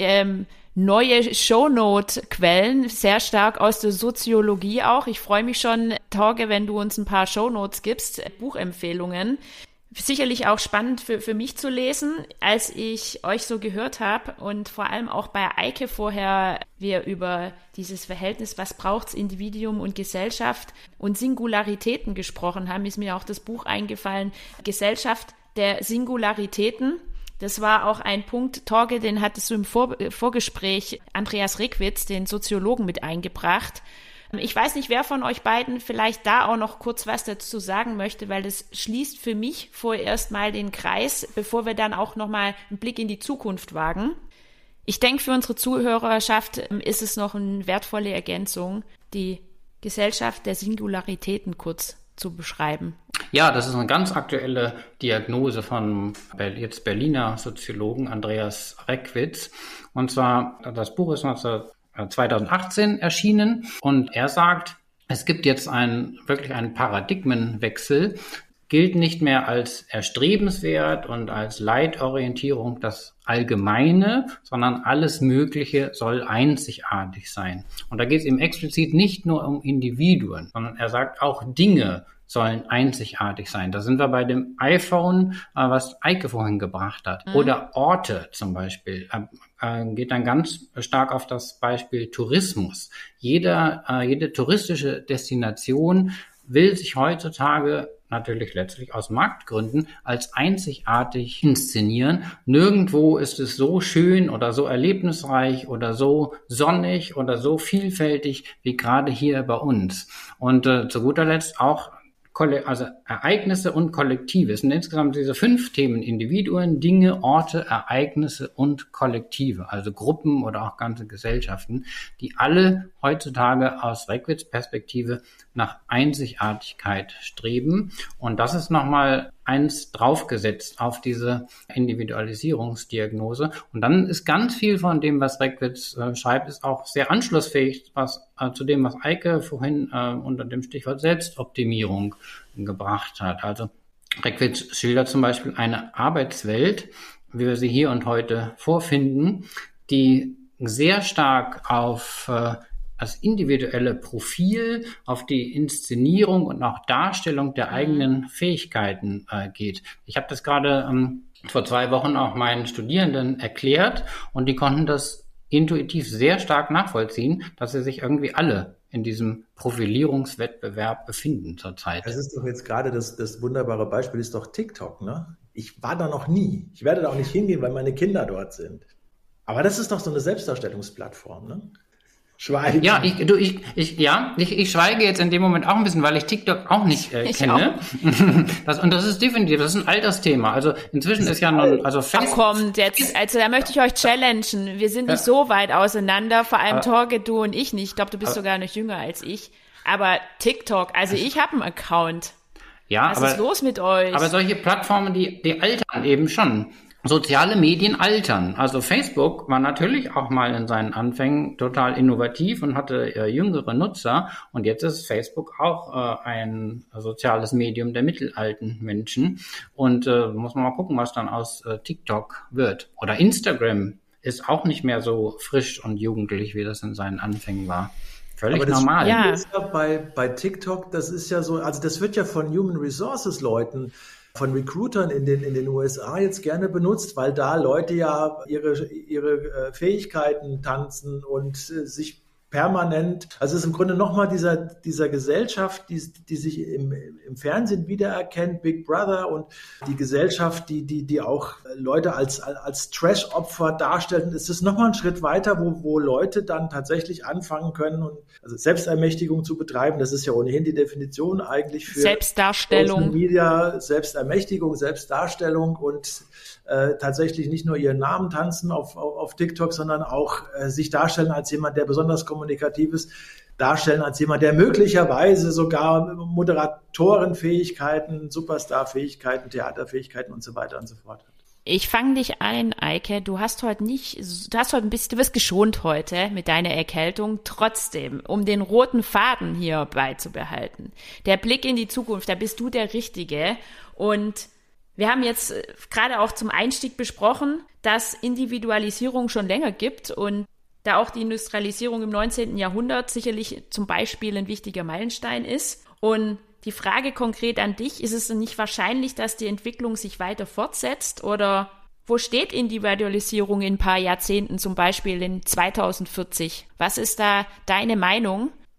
neue Shownote-Quellen, sehr stark aus der Soziologie auch. Ich freue mich schon, Torge, wenn du uns ein paar Shownotes gibst, Buchempfehlungen. Sicherlich auch spannend für mich zu lesen, als ich euch so gehört habe und vor allem auch bei Eike vorher wir über dieses Verhältnis, was braucht's, Individuum und Gesellschaft und Singularitäten gesprochen haben, ist mir auch das Buch eingefallen, Gesellschaft der Singularitäten. Das war auch ein Punkt, Torge, den hattest du im Vorgespräch Andreas Reckwitz, den Soziologen, mit eingebracht. Ich weiß nicht, wer von euch beiden vielleicht da auch noch kurz was dazu sagen möchte, weil das schließt für mich vorerst mal den Kreis, bevor wir dann auch nochmal einen Blick in die Zukunft wagen. Ich denke, für unsere Zuhörerschaft ist es noch eine wertvolle Ergänzung, die Gesellschaft der Singularitäten kurz zu beschreiben. Ja, das ist eine ganz aktuelle Diagnose von jetzt Berliner Soziologen Andreas Reckwitz. Und zwar, das Buch ist 2018 erschienen und er sagt, es gibt jetzt wirklich einen Paradigmenwechsel, gilt nicht mehr als erstrebenswert und als Leitorientierung das Allgemeine, sondern alles Mögliche soll einzigartig sein. Und da geht es ihm explizit nicht nur um Individuen, sondern er sagt auch Dinge sollen einzigartig sein. Da sind wir bei dem iPhone, was Eike vorhin gebracht hat. Oder Orte zum Beispiel. Geht dann ganz stark auf das Beispiel Tourismus. Jede touristische Destination will sich heutzutage natürlich letztlich aus Marktgründen als einzigartig inszenieren. Nirgendwo ist es so schön oder so erlebnisreich oder so sonnig oder so vielfältig wie gerade hier bei uns. Und zu guter Letzt auch Ereignisse und Kollektive. Es sind insgesamt diese 5 Themen: Individuen, Dinge, Orte, Ereignisse und Kollektive, also Gruppen oder auch ganze Gesellschaften, die alle heutzutage aus Reckwitz-Perspektive nach Einzigartigkeit streben. Und das ist nochmal eins draufgesetzt auf diese Individualisierungsdiagnose. Und dann ist ganz viel von dem, was Reckwitz schreibt, ist auch sehr anschlussfähig zu dem, was Eike vorhin unter dem Stichwort Selbstoptimierung gebracht hat. Also Reckwitz schildert zum Beispiel eine Arbeitswelt, wie wir sie hier und heute vorfinden, die sehr stark auf das individuelle Profil, auf die Inszenierung und auch Darstellung der eigenen Fähigkeiten geht. Ich habe das gerade vor 2 Wochen auch meinen Studierenden erklärt und die konnten das intuitiv sehr stark nachvollziehen, dass sie sich irgendwie alle in diesem Profilierungswettbewerb befinden zurzeit. Das ist doch jetzt gerade das wunderbare Beispiel, ist doch TikTok, ne? Ich war da noch nie. Ich werde da auch nicht hingehen, weil meine Kinder dort sind. Aber das ist doch so eine Selbstdarstellungsplattform, ne? Schweigen. Ja, ich schweige jetzt in dem Moment auch ein bisschen, weil ich TikTok auch nicht kenne. Auch. Das ist definitiv, das ist ein Altersthema. Also inzwischen ist ja noch, also Facebook. Kommt jetzt, also da möchte ich euch challengen. Wir sind nicht so weit auseinander, vor allem Torge, du und ich nicht. Ich glaube, du bist sogar noch jünger als ich. Aber TikTok, also ich habe einen Account. Ja, was ist los mit euch? Aber solche Plattformen, die altern eben schon. Soziale Medien altern. Also Facebook war natürlich auch mal in seinen Anfängen total innovativ und hatte jüngere Nutzer. Und jetzt ist Facebook auch ein soziales Medium der mittelalten Menschen. Und muss man mal gucken, was dann aus TikTok wird. Oder Instagram ist auch nicht mehr so frisch und jugendlich, wie das in seinen Anfängen war. Völlig normal. Ja. Ist ja bei TikTok, das ist ja so, also das wird ja von Human Resources Leuten, von Recruitern in den USA jetzt gerne benutzt, weil da Leute ja ihre Fähigkeiten tanzen und sich permanent, also es ist im Grunde nochmal dieser Gesellschaft, die sich im Fernsehen wiedererkennt, Big Brother, und die Gesellschaft, die auch Leute als Trash-Opfer darstellen. Es ist nochmal ein Schritt weiter, wo Leute dann tatsächlich anfangen können, also Selbstermächtigung zu betreiben. Das ist ja ohnehin die Definition eigentlich für Selbstdarstellung. Social Media, Selbstermächtigung, Selbstdarstellung und tatsächlich nicht nur ihren Namen tanzen auf TikTok, sondern auch sich darstellen als jemand, der besonders kommunikativ ist, darstellen als jemand, der möglicherweise sogar Moderatorenfähigkeiten, Superstar-Fähigkeiten, Theaterfähigkeiten und so weiter und so fort hat. Ich fange dich ein, Eike. Du wirst geschont heute mit deiner Erkältung. Trotzdem, um den roten Faden hier beizubehalten. Der Blick in die Zukunft, da bist du der Richtige. Und wir haben jetzt gerade auch zum Einstieg besprochen, dass Individualisierung schon länger gibt und da auch die Industrialisierung im 19. Jahrhundert sicherlich zum Beispiel ein wichtiger Meilenstein ist. Und die Frage konkret an dich, ist es denn nicht wahrscheinlich, dass die Entwicklung sich weiter fortsetzt? Oder wo steht Individualisierung in ein paar Jahrzehnten, zum Beispiel in 2040? Was ist da deine Meinung?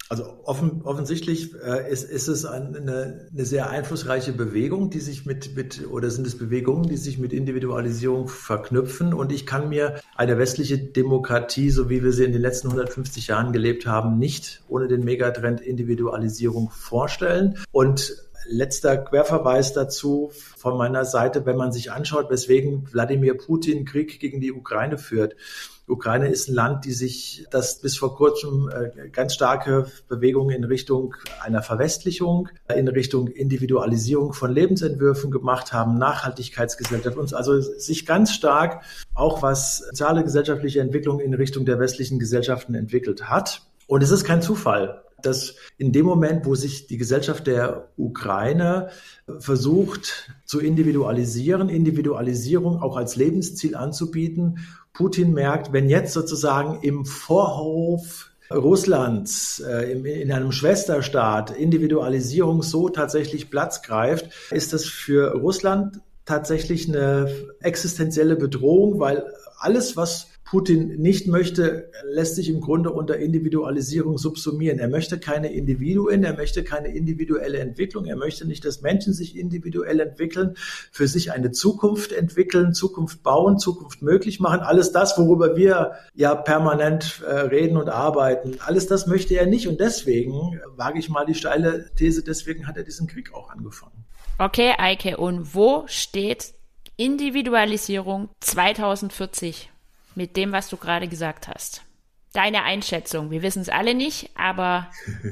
Also offensichtlich ist es eine sehr einflussreiche Bewegung, die sich oder sind es Bewegungen, die sich mit Individualisierung verknüpfen. Und ich kann mir eine westliche Demokratie, so wie wir sie in den letzten 150 Jahren gelebt haben, nicht ohne den Megatrend Individualisierung vorstellen. Und letzter Querverweis dazu von meiner Seite, wenn man sich anschaut, weswegen Wladimir Putin Krieg gegen die Ukraine führt. Ukraine ist ein Land, das bis vor kurzem ganz starke Bewegungen in Richtung einer Verwestlichung, in Richtung Individualisierung von Lebensentwürfen gemacht haben, Nachhaltigkeitsgesellschaft, uns also sich ganz stark auch was soziale gesellschaftliche Entwicklung in Richtung der westlichen Gesellschaften entwickelt hat. Und es ist kein Zufall, dass in dem Moment, wo sich die Gesellschaft der Ukraine versucht zu Individualisierung auch als Lebensziel anzubieten, Putin merkt, wenn jetzt sozusagen im Vorhof Russlands, in einem Schwesterstaat Individualisierung so tatsächlich Platz greift, ist das für Russland tatsächlich eine existenzielle Bedrohung, weil alles, was Putin nicht möchte, lässt sich im Grunde unter Individualisierung subsumieren. Er möchte keine Individuen, er möchte keine individuelle Entwicklung, er möchte nicht, dass Menschen sich individuell entwickeln, für sich eine Zukunft entwickeln, Zukunft bauen, Zukunft möglich machen. Alles das, worüber wir ja permanent reden und arbeiten, alles das möchte er nicht. Und deswegen wage ich mal die steile These, deswegen hat er diesen Krieg auch angefangen. Okay, Eike, und wo steht Individualisierung 2040? Mit dem, was du gerade gesagt hast. Deine Einschätzung. Wir wissen es alle nicht, aber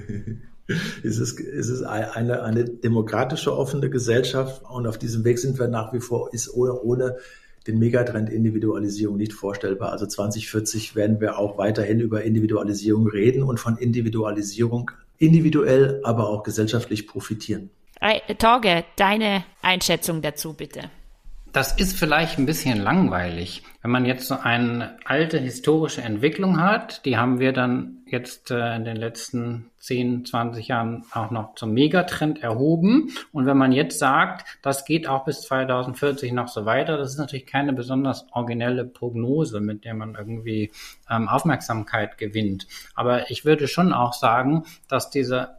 Es ist eine demokratische, offene Gesellschaft und auf diesem Weg sind wir nach wie vor, ist ohne den Megatrend Individualisierung nicht vorstellbar. Also 2040 werden wir auch weiterhin über Individualisierung reden und von Individualisierung individuell, aber auch gesellschaftlich profitieren. Torge, deine Einschätzung dazu bitte. Das ist vielleicht ein bisschen langweilig. Wenn man jetzt so eine alte historische Entwicklung hat, die haben wir dann jetzt in den letzten 10, 20 Jahren auch noch zum Megatrend erhoben. Und wenn man jetzt sagt, das geht auch bis 2040 noch so weiter, das ist natürlich keine besonders originelle Prognose, mit der man irgendwie Aufmerksamkeit gewinnt. Aber ich würde schon auch sagen, dass dieser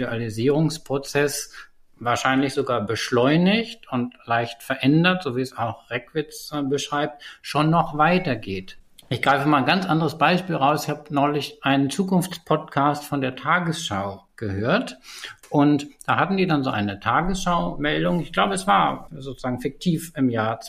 Individualisierungsprozess wahrscheinlich sogar beschleunigt und leicht verändert, so wie es auch Reckwitz beschreibt, schon noch weitergeht. Ich greife mal ein ganz anderes Beispiel raus. Ich habe neulich einen Zukunftspodcast von der Tagesschau gehört und da hatten die dann so eine Tagesschau-Meldung. Ich glaube, es war sozusagen fiktiv im Jahr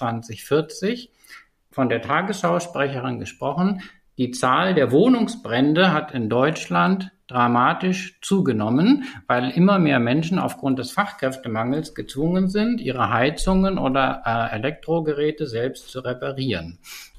2040 von der Tagesschau-Sprecherin gesprochen. Die Zahl der Wohnungsbrände hat in Deutschland dramatisch zugenommen, weil immer mehr Menschen aufgrund des Fachkräftemangels gezwungen sind, ihre Heizungen oder Elektrogeräte selbst zu reparieren.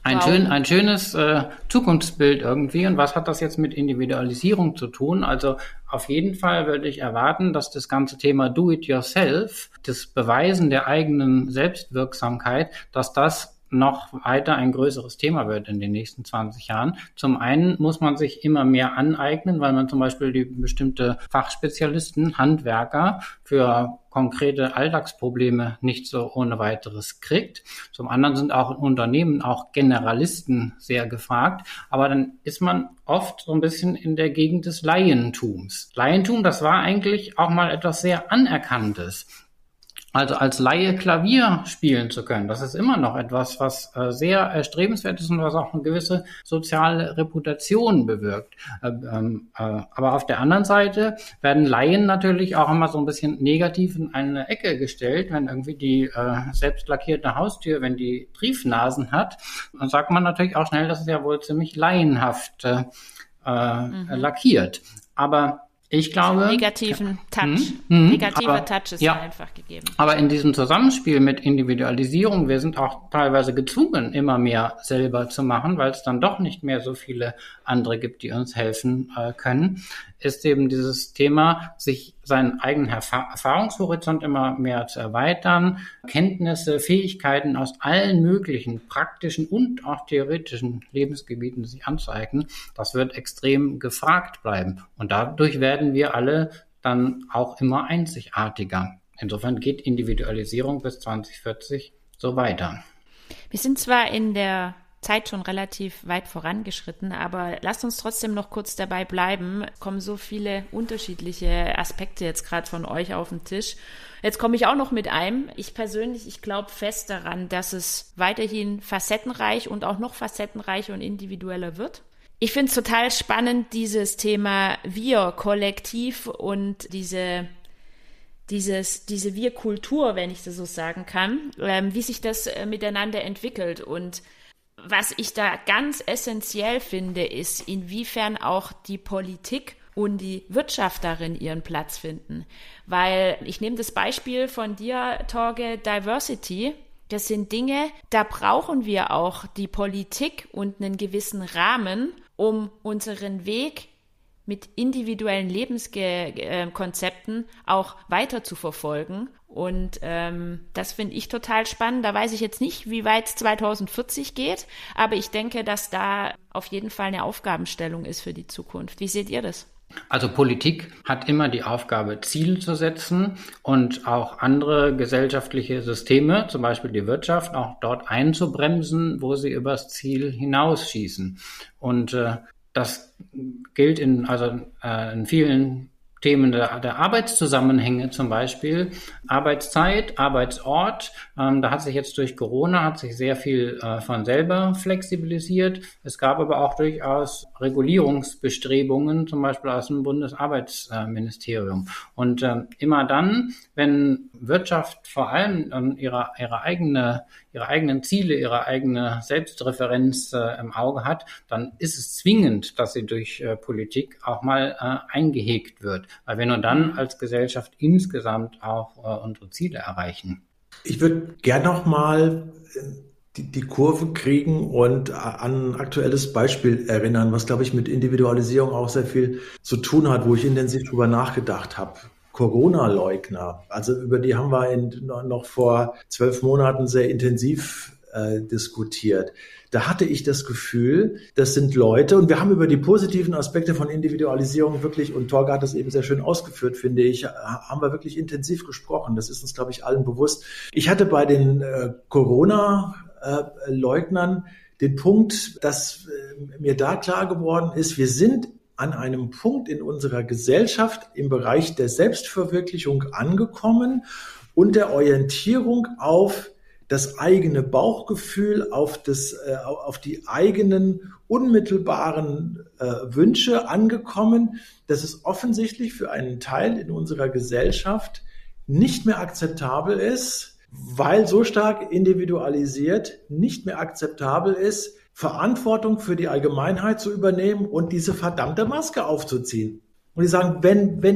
Ein schönes Zukunftsbild irgendwie. Und was hat das jetzt mit Individualisierung zu tun? Also auf jeden Fall würde ich erwarten, dass das ganze Thema Do-it-yourself, das Beweisen der eigenen Selbstwirksamkeit, dass das noch weiter ein größeres Thema wird in den nächsten 20 Jahren. Zum einen muss man sich immer mehr aneignen, weil man zum Beispiel die bestimmte Fachspezialisten, Handwerker für konkrete Alltagsprobleme nicht so ohne weiteres kriegt. Zum anderen sind auch in Unternehmen auch Generalisten sehr gefragt. Aber dann ist man oft so ein bisschen in der Gegend des Laientums. Laientum, das war eigentlich auch mal etwas sehr Anerkanntes. Also als Laie Klavier spielen zu können, das ist immer noch etwas, was sehr erstrebenswert ist und was auch eine gewisse soziale Reputation bewirkt. Aber auf der anderen Seite werden Laien natürlich auch immer so ein bisschen negativ in eine Ecke gestellt, wenn irgendwie die selbst lackierte Haustür, wenn die Triefnasen hat, dann sagt man natürlich auch schnell, das ist ja wohl ziemlich laienhaft lackiert. Aber ich glaube, negativen Touch. Negativer Touch ist einfach gegeben. Aber in diesem Zusammenspiel mit Individualisierung, wir sind auch teilweise gezwungen, immer mehr selber zu machen, weil es dann doch nicht mehr so viele andere gibt, die uns helfen können, ist eben dieses Thema, sich seinen eigenen Erfahrungshorizont immer mehr zu erweitern, Kenntnisse, Fähigkeiten aus allen möglichen praktischen und auch theoretischen Lebensgebieten sich anzueignen. Das wird extrem gefragt bleiben. Und dadurch werden wir alle dann auch immer einzigartiger. Insofern geht Individualisierung bis 2040 so weiter. Wir sind zwar in der Zeit schon relativ weit vorangeschritten, aber lasst uns trotzdem noch kurz dabei bleiben. Es kommen so viele unterschiedliche Aspekte jetzt gerade von euch auf den Tisch. Jetzt komme ich auch noch mit einem. Ich glaube fest daran, dass es weiterhin facettenreich und auch noch facettenreicher und individueller wird. Ich finde es total spannend, dieses Thema Wir, Kollektiv und diese Wir-Kultur, wenn ich das so sagen kann, wie sich das miteinander entwickelt. Und was ich da ganz essentiell finde, ist, inwiefern auch die Politik und die Wirtschaft darin ihren Platz finden. Weil ich nehme das Beispiel von dir, Torge, Diversity. Das sind Dinge, da brauchen wir auch die Politik und einen gewissen Rahmen, um unseren Weg mit individuellen Lebenskonzepten auch weiter zu verfolgen. Und das finde ich total spannend. Da weiß ich jetzt nicht, wie weit 2040 geht, aber ich denke, dass da auf jeden Fall eine Aufgabenstellung ist für die Zukunft. Wie seht ihr das? Also Politik hat immer die Aufgabe, Ziele zu setzen und auch andere gesellschaftliche Systeme, zum Beispiel die Wirtschaft, auch dort einzubremsen, wo sie übers Ziel hinausschießen. Und das gilt in vielen Themen der Arbeitszusammenhänge, zum Beispiel Arbeitszeit, Arbeitsort. Da hat sich jetzt durch Corona sehr viel von selber flexibilisiert. Es gab aber auch durchaus Regulierungsbestrebungen, zum Beispiel aus dem Bundesarbeitsministerium. Und immer dann, wenn Wirtschaft vor allem ihre eigenen Ziele, ihre eigene Selbstreferenz im Auge hat, dann ist es zwingend, dass sie durch Politik auch mal eingehegt wird, weil wir nur dann als Gesellschaft insgesamt auch unsere Ziele erreichen. Ich würde gern noch mal die Kurve kriegen und an ein aktuelles Beispiel erinnern, was, glaube ich, mit Individualisierung auch sehr viel zu tun hat, wo ich intensiv drüber nachgedacht habe. Corona-Leugner, also über die haben wir noch vor 12 Monaten sehr intensiv diskutiert. Da hatte ich das Gefühl, das sind Leute, und wir haben über die positiven Aspekte von Individualisierung wirklich, und Torge hat das eben sehr schön ausgeführt, finde ich, haben wir wirklich intensiv gesprochen. Das ist uns, glaube ich, allen bewusst. Ich hatte bei den Corona-Leugnern den Punkt, dass mir da klar geworden ist, wir sind an einem Punkt in unserer Gesellschaft im Bereich der Selbstverwirklichung angekommen und der Orientierung auf das eigene Bauchgefühl, auf die eigenen unmittelbaren Wünsche angekommen, dass es offensichtlich für einen Teil in unserer Gesellschaft nicht mehr akzeptabel ist, weil so stark individualisiert nicht mehr akzeptabel ist, Verantwortung für die Allgemeinheit zu übernehmen und diese verdammte Maske aufzuziehen. Und die sagen, wenn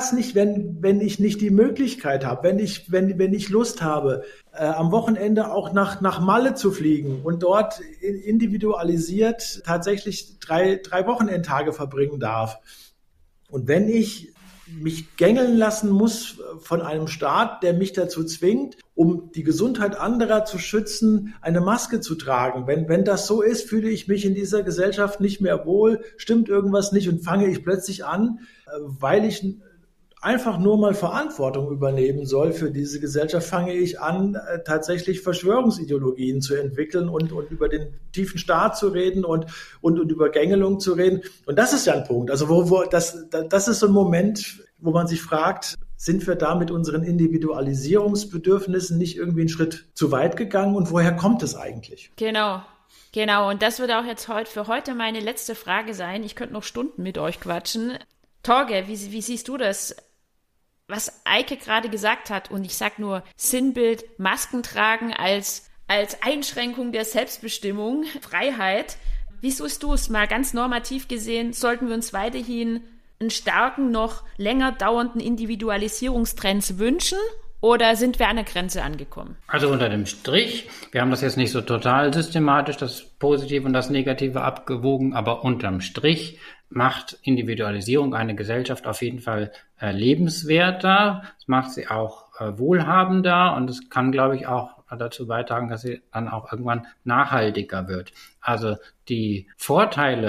ich nicht die Möglichkeit habe, wenn ich Lust habe, am Wochenende auch nach Malle zu fliegen und dort individualisiert tatsächlich drei Wochenendtage verbringen darf. Und wenn ich mich gängeln lassen muss von einem Staat, der mich dazu zwingt, um die Gesundheit anderer zu schützen, eine Maske zu tragen. Wenn das so ist, fühle ich mich in dieser Gesellschaft nicht mehr wohl, stimmt irgendwas nicht und fange ich plötzlich an, weil ich einfach nur mal Verantwortung übernehmen soll für diese Gesellschaft, fange ich an, tatsächlich Verschwörungsideologien zu entwickeln und über den tiefen Staat zu reden und über Gängelung zu reden. Und das ist ja ein Punkt. Also das ist so ein Moment, wo man sich fragt, sind wir da mit unseren Individualisierungsbedürfnissen nicht irgendwie einen Schritt zu weit gegangen und woher kommt es eigentlich? Genau. Und das wird auch jetzt für heute meine letzte Frage sein. Ich könnte noch Stunden mit euch quatschen. Torge, wie siehst du das? Was Eike gerade gesagt hat, und ich sag nur Sinnbild, Masken tragen als Einschränkung der Selbstbestimmung, Freiheit. Wie siehst du es mal ganz normativ gesehen? Sollten wir uns weiterhin einen starken, noch länger dauernden Individualisierungstrends wünschen? Oder sind wir an der Grenze angekommen? Also unter dem Strich, wir haben das jetzt nicht so total systematisch, das Positive und das Negative abgewogen, aber unterm Strich macht Individualisierung eine Gesellschaft auf jeden Fall lebenswerter, es macht sie auch wohlhabender und es kann, glaube ich, auch dazu beitragen, dass sie dann auch irgendwann nachhaltiger wird. Also die Vorteile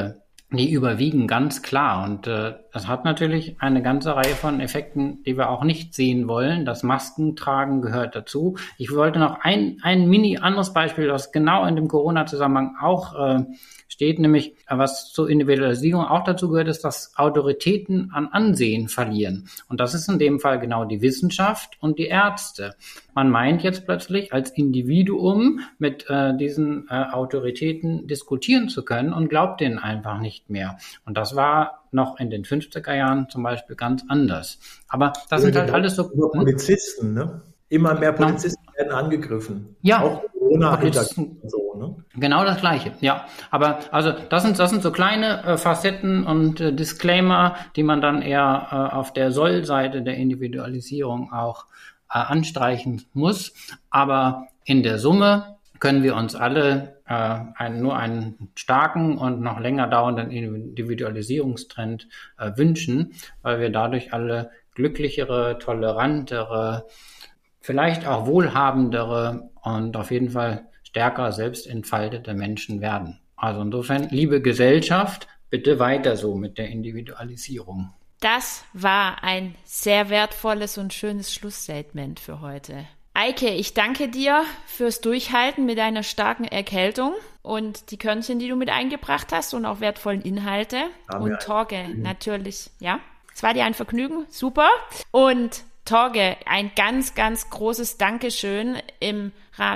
die überwiegen ganz klar. Und das hat natürlich eine ganze Reihe von Effekten, die wir auch nicht sehen wollen. Das Maskentragen gehört dazu. Ich wollte noch ein mini anderes Beispiel, das genau in dem Corona-Zusammenhang auch steht, nämlich was zur Individualisierung auch dazu gehört, ist, dass Autoritäten an Ansehen verlieren. Und das ist in dem Fall genau die Wissenschaft und die Ärzte. Man meint jetzt plötzlich als Individuum mit diesen Autoritäten diskutieren zu können und glaubt denen einfach nicht mehr. Und das war noch in den 50er Jahren zum Beispiel ganz anders. Aber das sind halt alles so... Über Polizisten, ne? Immer mehr Polizisten werden angegriffen. Ja. Auch Corona-Hintergrund und so, ne? Genau das Gleiche, ja. Aber also das sind so kleine Facetten und Disclaimer, die man dann eher auf der Soll-Seite der Individualisierung auch anstreichen muss. Aber in der Summe können wir uns alle nur einen starken und noch länger dauernden Individualisierungstrend wünschen, weil wir dadurch alle glücklichere, tolerantere, vielleicht auch wohlhabendere und auf jeden Fall stärker selbstentfaltete Menschen werden. Also insofern, liebe Gesellschaft, bitte weiter so mit der Individualisierung. Das war ein sehr wertvolles und schönes Schlussstatement für heute. Eike, ich danke dir fürs Durchhalten mit deiner starken Erkältung und die Körnchen, die du mit eingebracht hast und auch wertvollen Inhalte. Und Torge, natürlich, ja. Es war dir ein Vergnügen, super. Und Torge, ein ganz, ganz großes Dankeschön im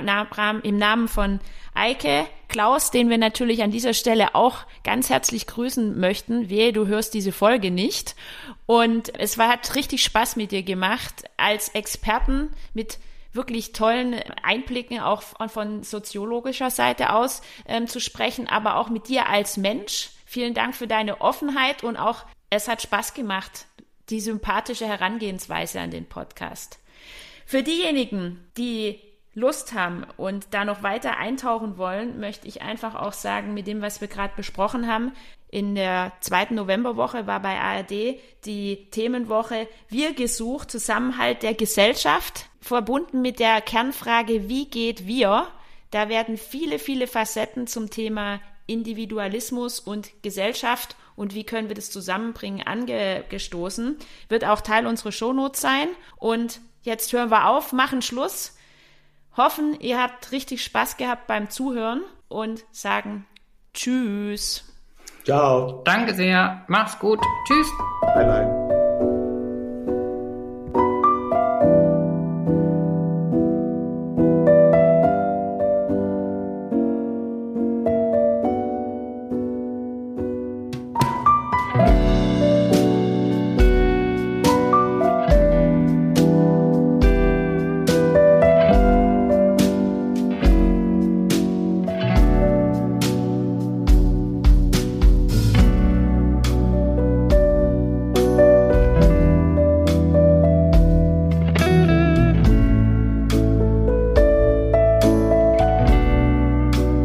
Namen von Eike, Klaus, den wir natürlich an dieser Stelle auch ganz herzlich grüßen möchten. Wehe, du hörst diese Folge nicht. Und hat richtig Spaß mit dir gemacht, als Experten mit wirklich tollen Einblicken auch von soziologischer Seite aus zu sprechen, aber auch mit dir als Mensch. Vielen Dank für deine Offenheit und auch, es hat Spaß gemacht, die sympathische Herangehensweise an den Podcast. Für diejenigen, die Lust haben und da noch weiter eintauchen wollen, möchte ich einfach auch sagen, mit dem, was wir gerade besprochen haben, in der 2. Novemberwoche war bei ARD die Themenwoche Wir gesucht, Zusammenhalt der Gesellschaft, verbunden mit der Kernfrage, wie geht wir? Da werden viele, viele Facetten zum Thema Individualismus und Gesellschaft und wie können wir das zusammenbringen angestoßen. Wird auch Teil unserer Shownotes sein. Und jetzt hören wir auf, machen Schluss. Hoffen, ihr habt richtig Spaß gehabt beim Zuhören und sagen Tschüss. Ciao. Danke sehr. Mach's gut. Tschüss. Bye, bye.